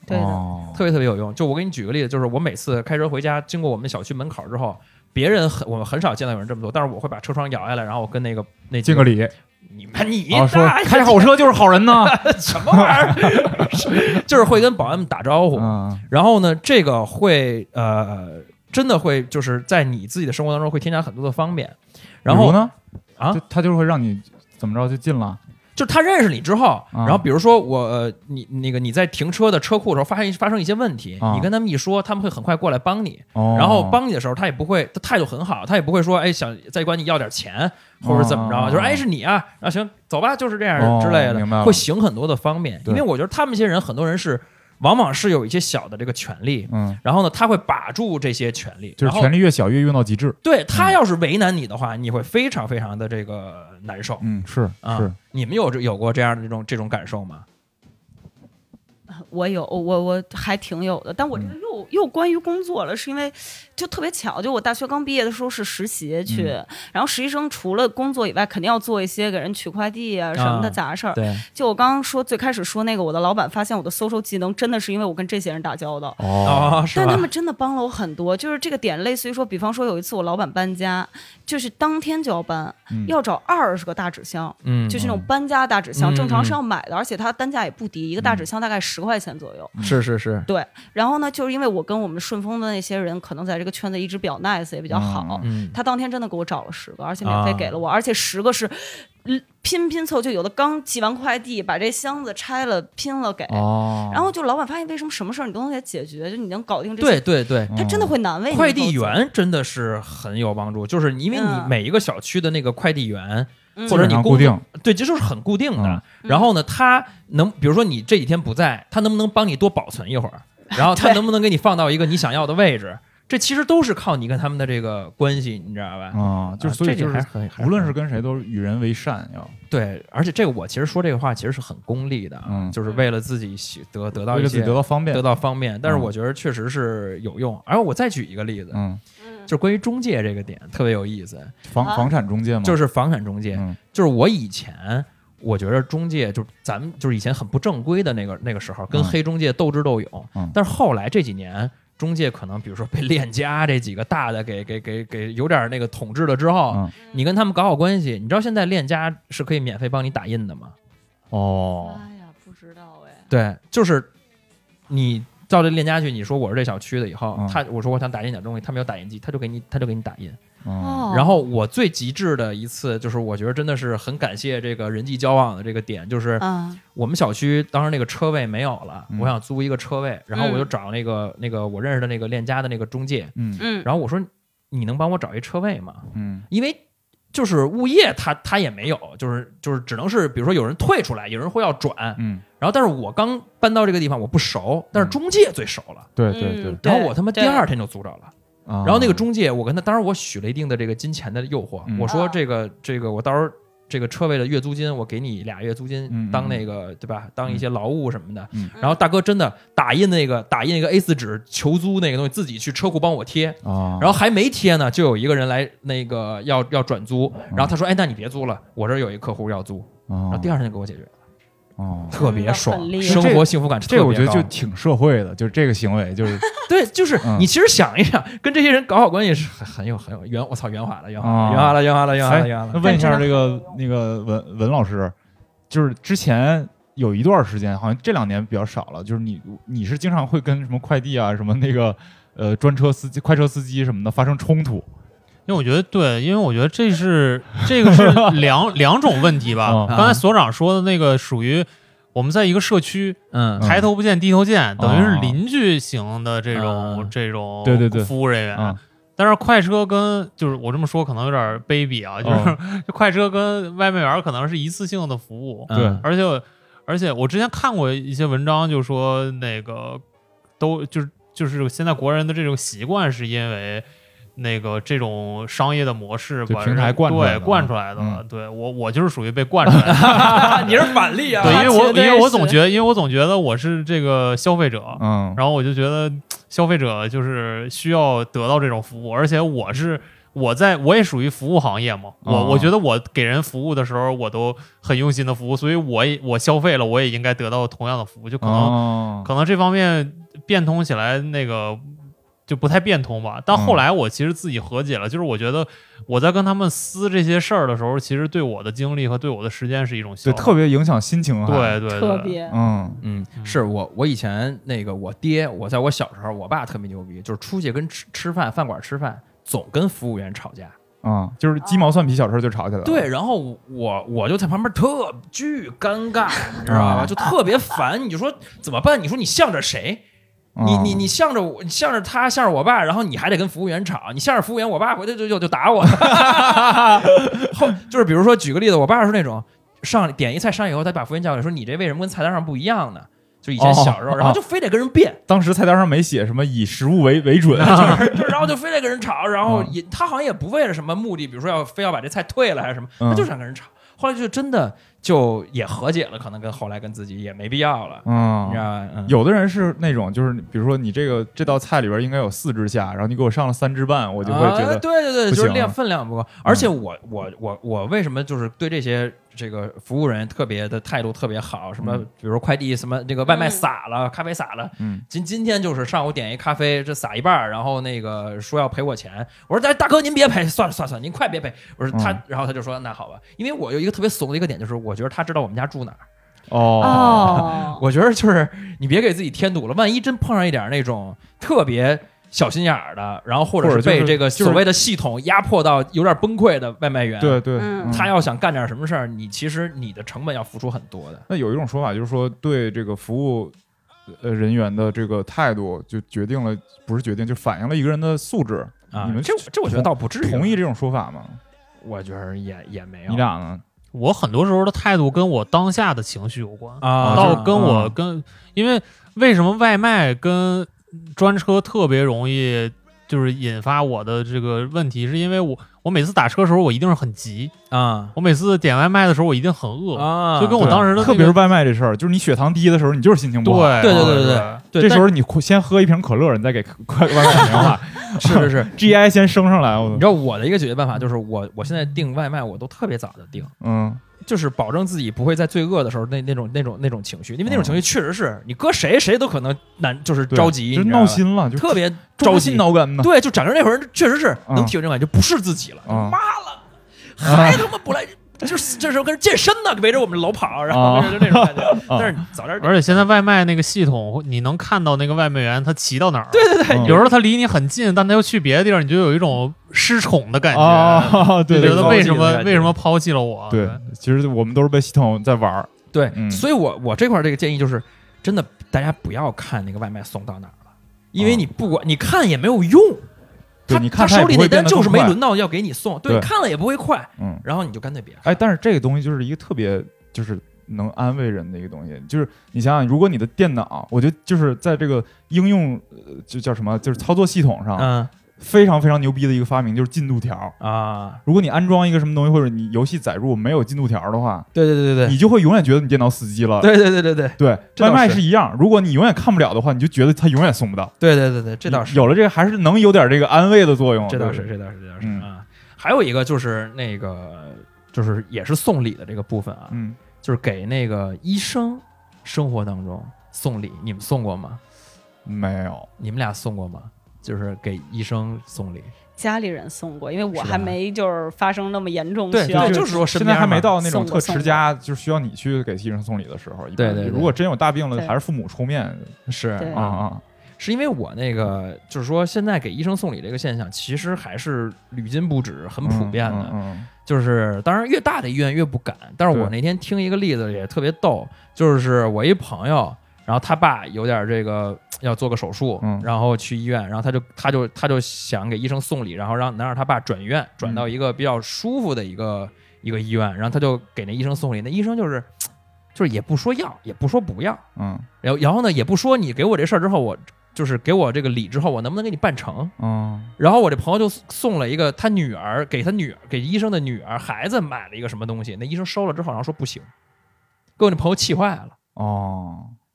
对的、 哦，特别特别有用。就我给你举个例子，就是我每次开车回家，经过我们小区门口之后，别人很我们很少见到有人这么做，但是我会把车窗摇下来，然后我跟那个那敬个礼。 你们你、 啊、说开好车就是好人呢？ 什么玩意儿？就是会跟保安们打招呼， 嗯、 然后呢，这个会呃，真的会就是在你自己的生活当中会添加很多的方便。然后呢？ 啊， 他就是会让你怎么着就进了。 就他认识你之后， 啊、 然后比如说我、呃、你那个你在停车的车库的时候发生发生一些问题、啊，你跟他们一说，他们会很快过来帮你。 哦、 然后帮你的时候，他也不会，他态度很好，他也不会说哎想再管你要点钱或者怎么着， 哦、 就是哎是你啊，啊行走吧，就是这样之类的， 哦、 会行很多的方便。因为我觉得他们这些人，很多人是。往往是有一些小的这个权利， 嗯， 然后呢，他会把住这些权利， 就是权力越小越用到极致。 对，他要是为难你的话，嗯、你会非常非常的这个难受。 嗯，是啊， 是。 你们有有过这样的这种这种感受吗？ 我有，我我还挺有的，但我这个又、嗯、又关于工作了，是因为就特别巧，就我大学刚毕业的时候是实习去，嗯、然后实习生除了工作以外，肯定要做一些给人取快递啊什么的杂事儿、啊。 对， 就我刚刚说最开始说那个，我的老板发现我的搜售技能真的是因为我跟这些人打交道哦， 但他们真的帮了我很多。就是这个点类似于说，比方说有一次我老板搬家，就是当天就要搬， 嗯、 要找二十个大纸箱， 嗯， 就是那种搬家大纸箱， 嗯、 正常是要买的，而且它单价也不低，一个大纸箱大概十块钱左右。 嗯是是是， 对。然后呢，就是因为我跟我们顺丰的那些人，可能在这个圈子一直比较 nice， 也比较好。 嗯， 他当天真的给我找了十个，而且免费给了我，啊、而且十个是拼拼凑，就有的刚寄完快递，把这箱子拆了拼了给。 哦。 然后就老板发现，为什么什么事儿你都能给解决，就你能搞定这些？ 对对对， 他真的会难为你。 快递员真的是很有帮助，就是因为你每一个小区的那个快递员。 嗯、 或者你固定， 对，这就是很固定的。 嗯、 然后呢，他能，比如说你这几天不在，他能不能帮你多保存一会儿？然后他能不能给你放到一个你想要的位置？这其实都是靠你跟他们的这个关系，你知道吧？ 啊、嗯，就是所以就是无论是跟谁都是与人为善要。 对，而且这个我其实说这个话其实是很功利的， 嗯， 就是为了自己得得到一些为了自己得到方便， 得到方便。但是我觉得确实是有用。而我再举一个例子， 嗯。 就是关于中介这个点特别有意思， 房房产中介吗？ 就是房产中介， 嗯、 就是我以前我觉得中介就是咱们就是以前很不正规的那个那个时候，跟黑中介斗智斗勇。 嗯、 但是后来这几年，中介可能比如说被链家这几个大的给给给给有点那个统治了之后， 嗯、 你跟他们搞好关系，你知道现在链家是可以免费帮你打印的吗？ 哦， 哎呀，不知道哎。 对，就是你。到这链家去，你说我是这小区的以后， 嗯、 他我说我想打印点东西，他没有打印机，他就给你他就给你打印。 哦。 然后我最极致的一次，就是我觉得真的是很感谢这个人际交往的这个点，就是我们小区当时那个车位没有了， 嗯、 我想租一个车位，然后我就找那个、嗯、那个我认识的那个链家的那个中介， 嗯嗯， 然后我说你能帮我找一车位吗？ 嗯， 因为。就是物业他他也没有，就是就是只能是比如说有人退出来，有人会要转， 嗯， 然后但是我刚搬到这个地方我不熟，但是中介最熟了， 对对对， 然后我他妈第二天就租着了， 然后那个中介我跟他当时我许了一定的这个金钱的诱惑， 嗯、 我说这个这个我到时候这个车位的月租金我给你俩月租金当那个、 嗯、 对吧，当一些劳务什么的， 嗯、 然后大哥真的打印那个打印那个 A 四 纸求租那个东西自己去车库帮我贴， 哦、 然后还没贴呢就有一个人来那个要要转租，然后他说哎那你别租了，我这有一客户要租， 哦、 然后第二天就给我解决了。 哦， 特别爽，生活幸福感特别高。 这我觉得就挺社会的，就是这个行为，就是对，就是你其实想一想，跟这些人搞好关系是很很有很有圆，我操，圆滑了，圆滑了，圆滑了，圆滑了，圆滑了，圆滑了。 那问一下这个那个文文老师，就是之前有一段时间，好像这两年比较少了，就是你你是经常会跟什么快递啊，什么那个呃专车司机、快车司机什么的发生冲突。 因为我觉得对，因为我觉得这是这个是两两种问题吧。 嗯、 刚才所长说的那个属于我们在一个社区， 嗯， 抬头不见低头见， 嗯、 等于是邻居型的这种、 嗯、 这种对对对服务人员。 嗯、 但是快车跟就是我这么说可能有点卑鄙啊，就是、 嗯、 快车跟外卖员可能是一次性的服务。 对、嗯， 而且而且我之前看过一些文章，就说那个都就是就是现在国人的这种习惯是因为。那个这种商业的模式， 对平台惯出来的， 对惯出来的， 嗯、 对我我就是属于被惯出来的。 你是反例啊？ 对，因为我因为我总觉得，因为我总觉得我是这个消费者， 嗯， 然后我就觉得消费者就是需要得到这种服务，而且我是我在我也属于服务行业嘛，我、 哦、 我觉得我给人服务的时候，我都很用心的服务，所以我也我消费了，我也应该得到同样的服务，就可能、 哦、 可能这方面变通起来那个就不太变通吧。但后来我其实自己和解了，嗯、就是我觉得我在跟他们撕这些事儿的时候，其实对我的精力和对我的时间是一种消耗， 对，特别影响心情， 对对对， 特别， 嗯嗯，是我我以前那个我爹，我在我小时候，我爸特别牛逼，就是出去跟吃吃饭饭馆吃饭，总跟服务员吵架。 啊、嗯，就是鸡毛蒜皮小事就吵起来了。 对，然后我我就在旁边特巨尴尬，你知道吧？就特别烦。你就说怎么办？你说你向着谁？你你你向着我，你向着他，向着我爸，然后你还得跟服务员吵。你向着服务员，我爸回去就就就打我。后就是比如说举个例子，我爸是那种上点一菜上以后，他把服务员叫过来说：“你这为什么跟菜单上不一样呢？”就以前小时候， 哦、 然后就非得跟人辩。 当时菜单上没写什么以食物为为准， 就是就然后就非得跟人吵，然后也、嗯、他好像也不为了什么目的，比如说要非要把这菜退了还是什么，他就想跟人吵。嗯、后来就真的就也和解了，可能跟后来跟自己也没必要了。嗯，你知道吧？嗯、 有的人是那种，就是比如说你这个这道菜里边应该有四只虾，然后你给我上了三只半，我就会觉得、 啊、对对对，就是量分量不够。而且我、嗯、我我我为什么就是对这些这个服务人特别的态度特别好？什么， 嗯、 比如说快递什么这个外卖洒了，嗯、咖啡洒了， 嗯， 今今天就是上午点一咖啡，这洒一半，然后那个说要赔我钱，我说大哥您别赔，算了算了算了，您快别赔。我说他，嗯、然后他就说那好吧，因为我有一个特别怂的一个点，就是我觉得他知道我们家住哪儿。 哦， 我觉得就是你别给自己添堵了，万一真碰上一点那种特别小心眼儿的，然后或者是被这个所谓的系统压迫到有点崩溃的外卖员， 对对， 嗯、 他要想干点什么事儿，你其实你的成本要付出很多的。 那有一种说法就是说，对这个服务呃人员的这个态度，就决定了不是决定，就反映了一个人的素质啊。 你们这这我觉得倒不至于同意这种说法吗？ 我觉得也也没有。 你俩呢？ 我很多时候的态度跟我当下的情绪有关啊， 倒跟我跟、啊、因为为什么外卖跟专车特别容易就是引发我的这个问题，是因为我我每次打车的时候我一定是很急啊， 我每次点外卖的时候我一定很饿啊， 就跟我当时的、那个、 特别是外卖这事儿，就是你血糖低的时候，你就是心情不好。 对对对对对对， 这时候你先喝一瓶可乐，你再给外卖打电话。 是是是 ，G I 先升上来。 你知道我的一个解决办法就是我我现在订外卖我都特别早的订， 嗯。 就是保证自己不会在最饿的时候那那种那种那种情绪，因为那种情绪确实是你搁谁谁都可能难，就是着急， 就闹心了，就特别着急脑干呢。 对，就整个那会儿确实是能体会这种感觉，就不是自己了， 嗯、 妈了，还他妈不来。就是这时候跟人健身呢，围着我们楼跑，然后就那种感觉。 啊、 但是早点， 而且现在外卖那个系统，你能看到那个外卖员他骑到哪儿。 对对对， 嗯、 有时候他离你很近，但他又去别的地儿，你就有一种失宠的感觉。 啊、对， 觉得为什么为什么抛弃了我？ 对，其实我们都是被系统在玩。 对， 嗯、 所以我我这块这个建议就是，真的大家不要看那个外卖送到哪儿了，因为你不管、啊、你看也没有用。 对，你看他手里那单就是没轮到要给你送， 对， 看了也不会快， 嗯， 然后你就干脆别。 哎，但是这个东西就是一个特别就是能安慰人的一个东西，就是你想想，如果你的电脑，我觉得就是在这个应用，呃，就叫什么，就是操作系统上， 嗯， 非常非常牛逼的一个发明就是进度条啊。 如果你安装一个什么东西，或者你游戏载入没有进度条的话， 对对对对对， 你就会永远觉得你电脑死机了。 对对对对对对，外卖是一样，如果你永远看不了的话，你就觉得它永远送不到。 对对对对，这倒是有了这个，还是能有点这个安慰的作用。 这倒是，这倒是，这倒是、嗯、啊。还有一个就是那个，就是也是送礼的这个部分啊， 嗯， 就是给那个医生生活当中送礼，你们送过吗？ 没有， 你们俩送过吗？就是给医生送礼。 家里人送过，因为我还没就是发生那么严重需要，对，就是说现在还没到那种特持家，就是需要你去给医生送礼的时候。 对 对, 对， 如果真有大病了，还是父母出面。 是啊啊， 是因为我那个就是说，现在给医生送礼这个现象，其实还是屡禁不止，很普遍的。 嗯嗯嗯、 就是当然越大的医院越不敢，但是我那天听一个例子也特别逗，就是我一朋友。然后他爸有点这个要做个手术， 嗯、 然后去医院，然后他就他就他就想给医生送礼，然后让能让他爸转院，转到一个比较舒服的一个、嗯、一个医院，然后他就给那医生送礼，那医生就是就是也不说要，也不说不要， 嗯， 然后然后呢也不说你给我这事儿之后，我就是给我这个礼之后，我能不能给你办成？ 嗯， 然后我这朋友就送了一个他女儿给他女儿给医生的女儿孩子买了一个什么东西，那医生收了之后，然后说不行，给我那朋友气坏了。 哦。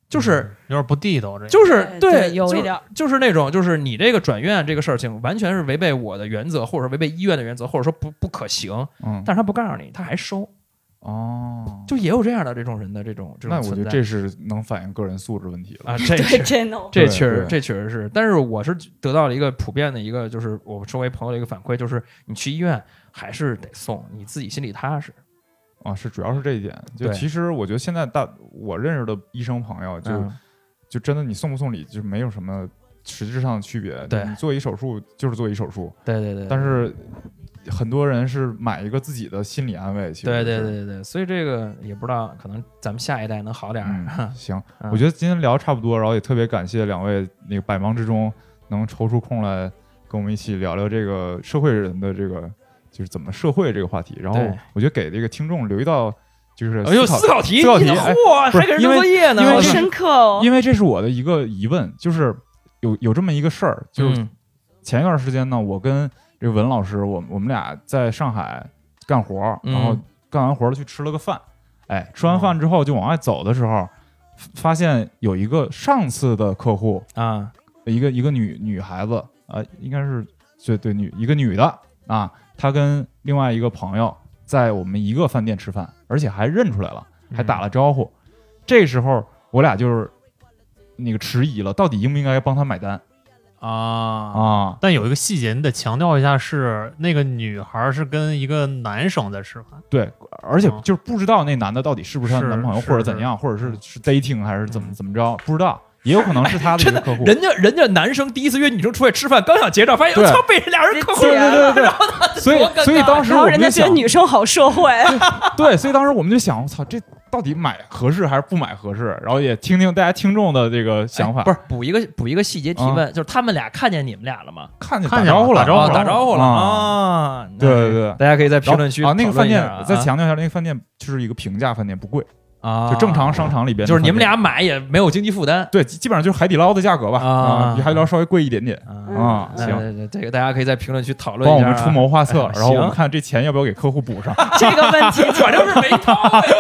就是有点不地道，这就是对，有一点、 就是，就是那种，就是你这个转院这个事情，完全是违背我的原则，或者是违背医院的原则，或者说不不可行。嗯，但是他不告诉你，他还收。 哦， 就也有这样的这种人的这种这种存在。 那我觉得这是能反映个人素质问题了啊！这这这确实这确实是，但是我是得到了一个普遍的一个，就是我周围朋友的一个反馈，就是你去医院还是得送，你自己心里踏实。 啊，是主要是这一点。就其实我觉得现在大我认识的医生朋友就，就、嗯、就真的你送不送礼就没有什么实质上的区别。 对， 你做一手术就是做一手术。 对对对。 但是很多人是买一个自己的心理安慰。其实对对对对，所以这个也不知道，可能咱们下一代能好点。 嗯、行、嗯，我觉得今天聊差不多，然后也特别感谢两位那个百忙之中能抽出空来跟我们一起聊聊这个社会人的这个。就是怎么社会这个话题，然后我觉得给这个听众留一道就是哎呦思考题， 思考题， 嚯，还给人留作业呢， 好深刻哦。 因为这是我的一个疑问，就是有有这么一个事儿，就是前一段时间呢，我跟这个文老师，我我们俩在上海干活，然后干完活去吃了个饭，哎，吃完饭之后就往外走的时候，发现有一个上次的客户啊， 一个一个女女孩子啊，应该是对对女一个女的啊。他跟另外一个朋友在我们一个饭店吃饭，而且还认出来了，还打了招呼。嗯、这时候我俩就是那个迟疑了，到底应不应该帮他买单啊啊？ 但有一个细节你得强调一下，是那个女孩是跟一个男生在吃饭， 对，而且就是不知道那男的到底是不是她的男朋友，或者怎样，或者是是 dating 还是怎么怎么着，不知道。也有可能是他的一个客户， 人家人家男生第一次约女生出来吃饭，刚想结账，发现我操，被俩人客户对对对对，所以所以当时我们就想， 人家觉得女生好社会， 对，所以当时我们就想，我操，这到底买合适还是不买合适？然后也听听大家听众的这个想法。 不是补一个补一个细节提问，就是他们俩看见你们俩了吗？ 看见打招呼了， 打招呼打招呼了啊！ 对对对， 大家可以在评论区啊，那个饭店再强调一下，那个饭店就是一个平价饭店，不贵。 啊， 就正常商场里边， 就是你们俩买也没有经济负担， 对，基本上就是海底捞的价格吧，啊，比海底捞稍微贵一点点啊。行， 这个大家可以在评论区讨论一下，帮我们出谋划策，然后我们看这钱要不要给客户补上。 这个问题反正是没掏。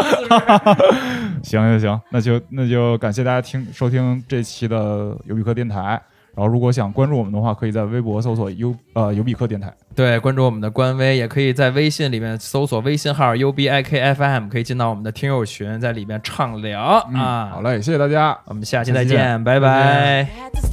行行行，那就那就感谢大家听收听这期的尤比克电台。然后，如果想关注我们的话，可以在微博搜索“优呃尤比克电台”。 对，关注我们的官微，也可以在微信里面搜索微信号 U B I K F M， 可以进到我们的听友群，在里面畅聊、嗯、啊。 好嘞，谢谢大家， 我们下期再见，拜拜。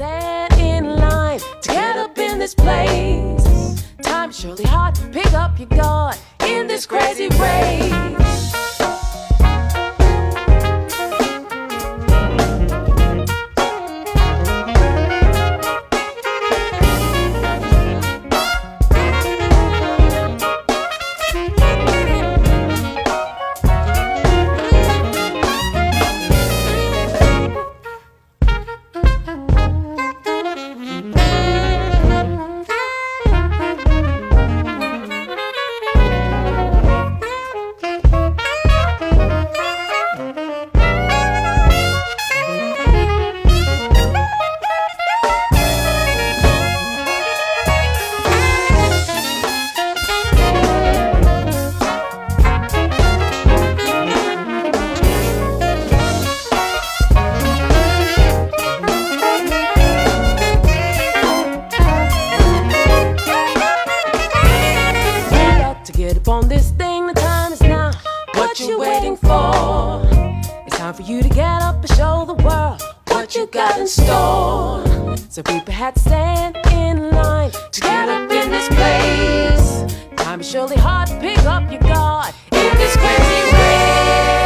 So people had to stand in line to get up in this place. Time is surely hard to pick up your guard in this crazy way.